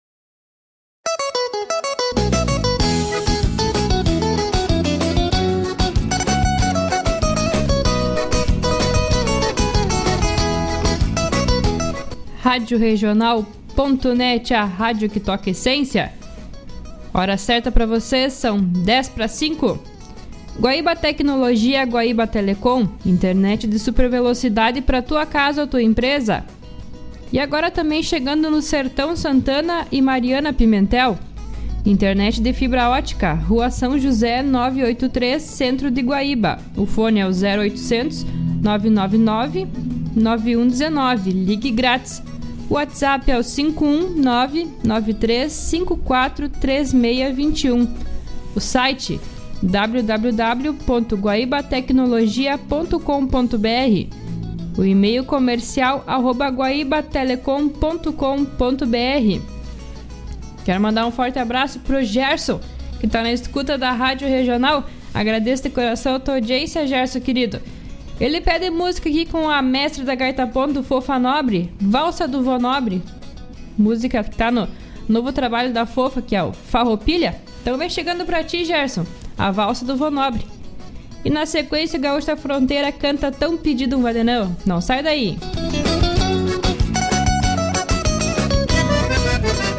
rádio regional ponto net, a rádio que toca essência. Hora certa para vocês, são dez para cinco. Guaíba Tecnologia, Guaíba Telecom, internet de super velocidade para tua casa ou tua empresa. E agora também chegando no Sertão Santana e Mariana Pimentel, internet de fibra ótica, Rua São José novecentos e oitenta e três, Centro de Guaíba. O fone é o zero oitocentos, novecentos e noventa e nove, nove um um nove, ligue grátis. O WhatsApp é o cinco um nove nove três cinco quatro três seis dois um. O site w w w ponto guaíba tecnologia ponto com ponto b r. O e-mail comercial arroba guaíba telecom ponto com ponto b r. Quero mandar um forte abraço pro Gerson, que está na escuta da Rádio Regional. Agradeço de coração a tua audiência, Gerson, querido. Ele pede música aqui com a mestre da gaita ponto do Fofa Nobre, Valsa do Vô Nobre. Música que tá no novo trabalho da Fofa, que é o Farroupilha. Então vem chegando pra ti, Gerson, a Valsa do Vô Nobre. E na sequência, Gaúcha Fronteira canta Tão Pedido um Vadenão. Não sai daí.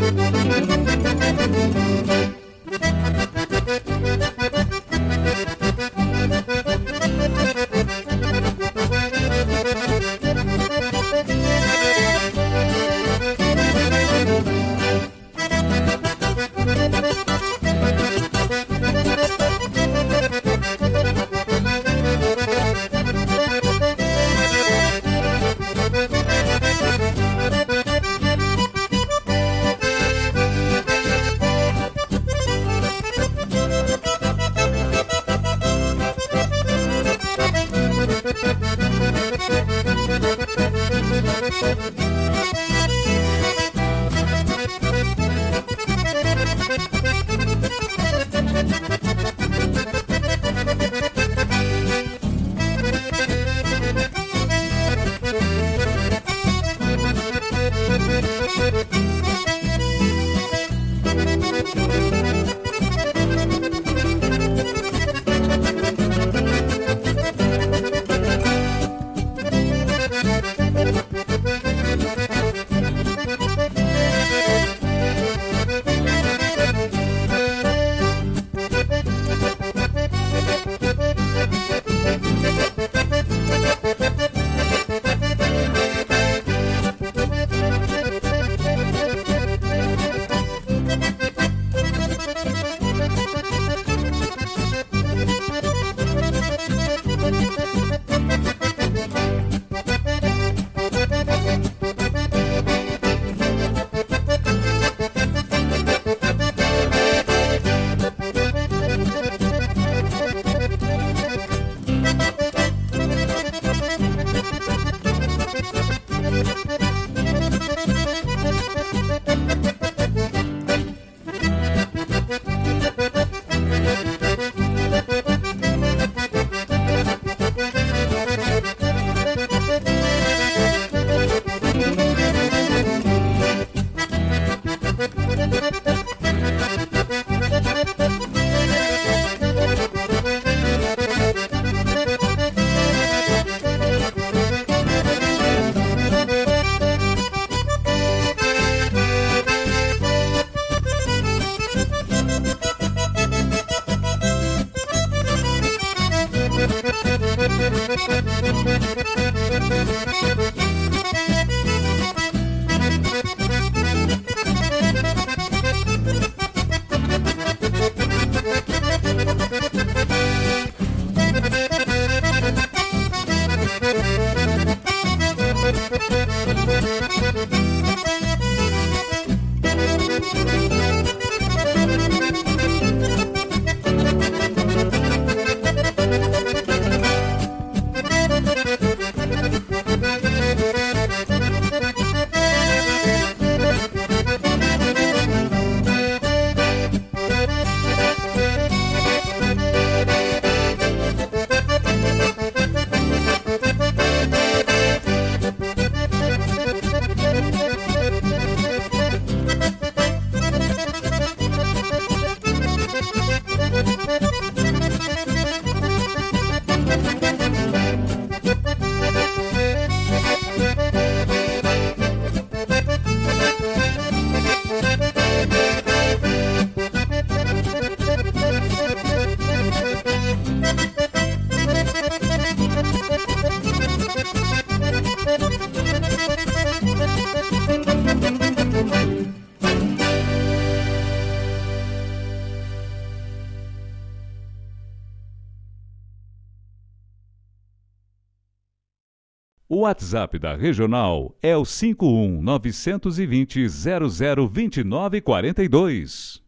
O WhatsApp da Regional é o cinco um nove dois zero zero zero dois nove quatro dois.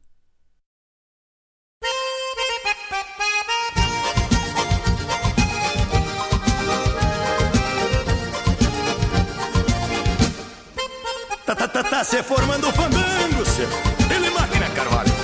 Tá, tá, tá, tá se formando o fandango, seu. Ele máquina, Carvalho.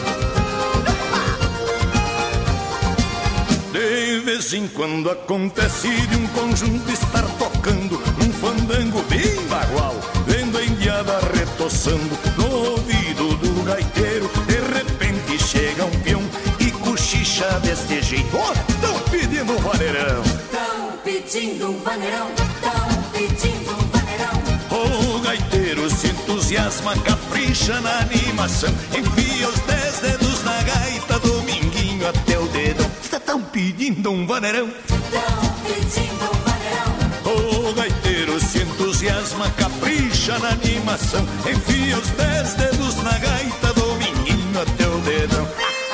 De vez em quando acontece de um conjunto estar tocando um fandango bem bagual, vendo a indiada retoçando no ouvido do gaiteiro. De repente chega um peão e cochicha deste jeito: ó, oh, tão pedindo um vaneirão. Tão pedindo um vaneirão, tão pedindo um vaneirão. O gaiteiro se entusiasma entusiasma, capricha na animação. Enfia os dez dedos na gaita, dominguinho até o dedão. Tão pedindo um vaneirão, tão pedindo um vaneirão. O gaiteiro se entusiasma, capricha na animação. Enfia os dez dedos na gaita, dominguinho até o dedão.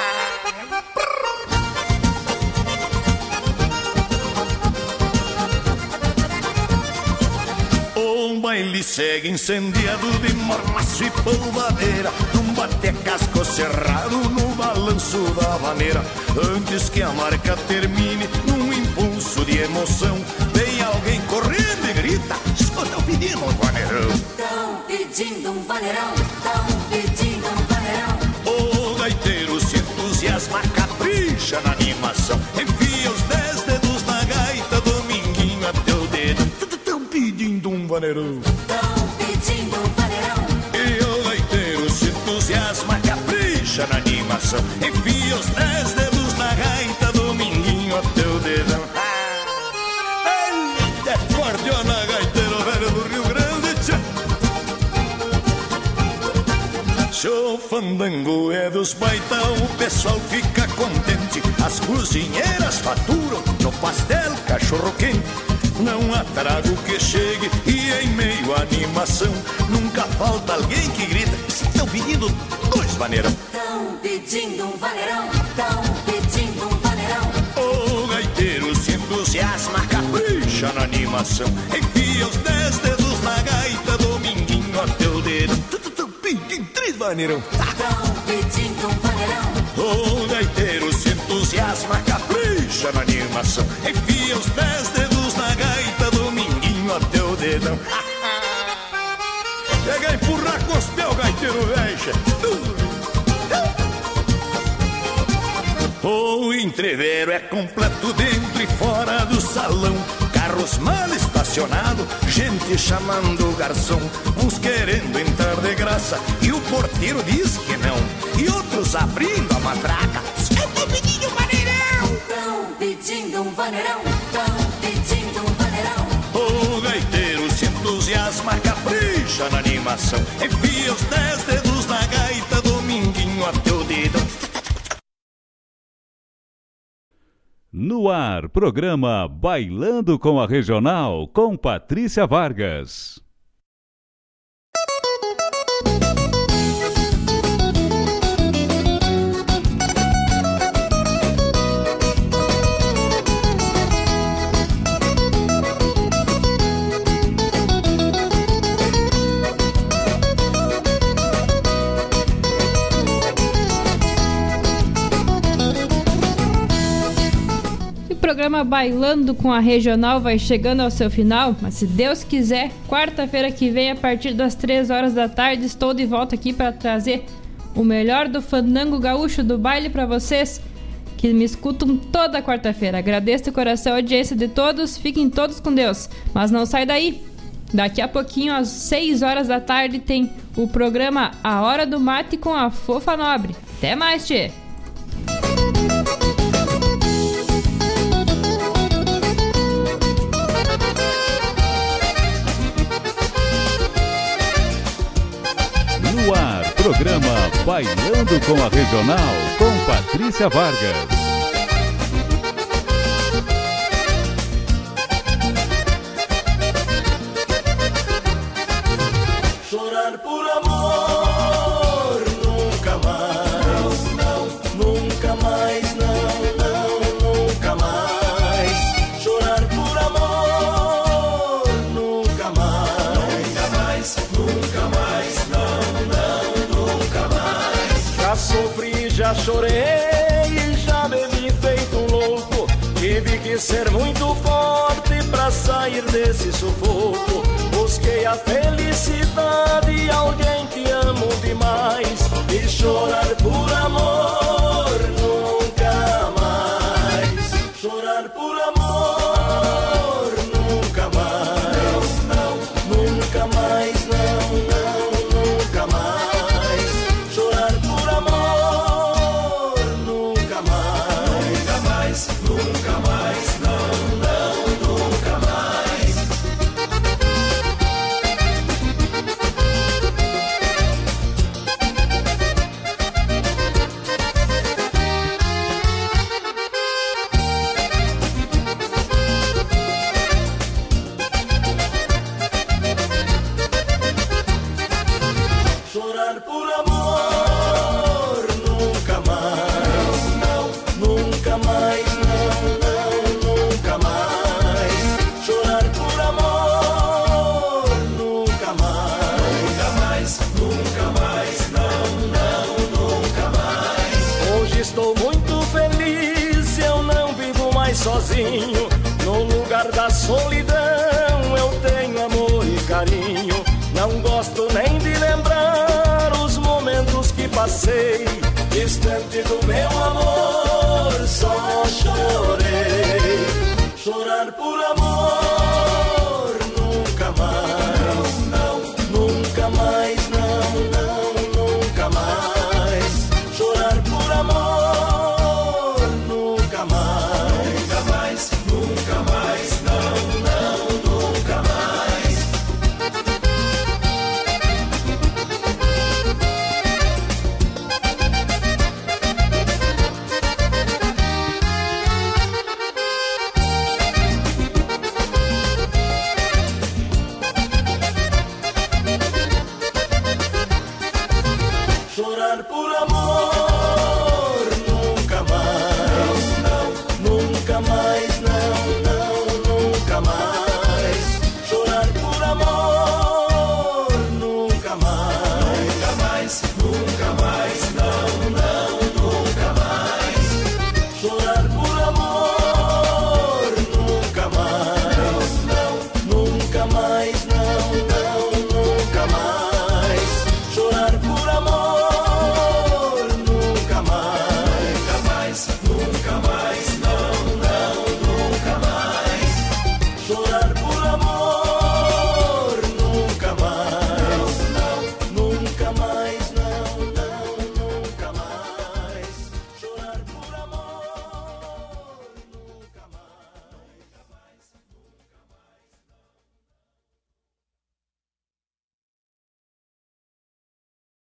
O baile segue incendiado de mormaço e polvadeira, num bate-casco cerrado no balanço da vaneira. Antes que a marca termine, num impulso de emoção, vem alguém correndo e grita: só tão pedindo um vaneirão. Tão pedindo um vaneirão, tão pedindo um vaneirão. O gaiteiro se entusiasma, capricha na animação. Enfia os dez dedos na gaita, dominguinho até o dedo. Pedindo um vaneirão, tão pedindo um vaneirão. E o gaiteiro se entusiasma, capricha na animação. Enfia os dez dedos na gaita, dominguinho até o dedão. Ele é cordiona, gaiteiro velho do Rio Grande. Se o fandango é dos baitão, o pessoal fica contente. As cozinheiras faturam no pastel cachorro quente. Não há trago que chegue e em meio à animação nunca falta alguém que grita: estão pedindo dois vaneirão. Estão pedindo um vaneirão, estão pedindo um vaneirão. O gaiteiro se entusiasma, capricha na animação. Enfia os dez dedos na gaita, dominguinho até o dedo. Estão pedindo três vaneirão. Estão pedindo um vaneirão. O gaiteiro se entusiasma, capricha na animação. Enfia os dez dedos na gaita, dominguinho até o dedão. Chega a empurrar cospel, gaiteiro velho. O entreveiro é completo dentro e fora do salão. Carros mal estacionados, gente chamando o garçom. Uns querendo entrar de graça e o porteiro diz que não. E outros abrindo a matraca: estão pedindo um vaneirão. Estão pedindo um vaneirão, estão pedindo um vaneirão. O gaiteiro se entusiasma, capricha na animação. Enfia os dez dedos na gaita, dominguinho até o dedão. No ar, programa Bailando com a Regional, com Patrícia Vargas. O programa Bailando com a Regional vai chegando ao seu final, mas se Deus quiser, quarta-feira que vem, a partir das três horas da tarde, estou de volta aqui para trazer o melhor do fandango gaúcho do baile para vocês que me escutam toda quarta-feira. Agradeço de coração a audiência de todos, fiquem todos com Deus, mas não sai daí. Daqui a pouquinho, às seis horas da tarde, tem o programa A Hora do Mate com a Fofa Nobre. Até mais, tchê! No ar, programa Bailando com a Regional, com Patrícia Vargas. Chorar por amor, nunca mais, não, nunca mais, não, não, nunca mais. Chorar por amor, nunca mais, nunca mais, nunca mais, não, não, nunca mais. Já sofri, já chorei, já bebi feito um louco. Tive que ser muito forte pra sair desse sufoco. Busquei a felicidade, alguém que amo demais. E chorar por amor, nunca mais. Chorar por amor, nunca mais. Não, não, nunca mais, não, não, nunca mais. Chorar por amor, nunca mais. Nunca mais, nunca mais, não, não, nunca mais. sozinho, no lugar da solidão eu tenho amor e carinho. Não gosto nem de lembrar os momentos que passei, distante do meu amor, só chorei. Chorar por amor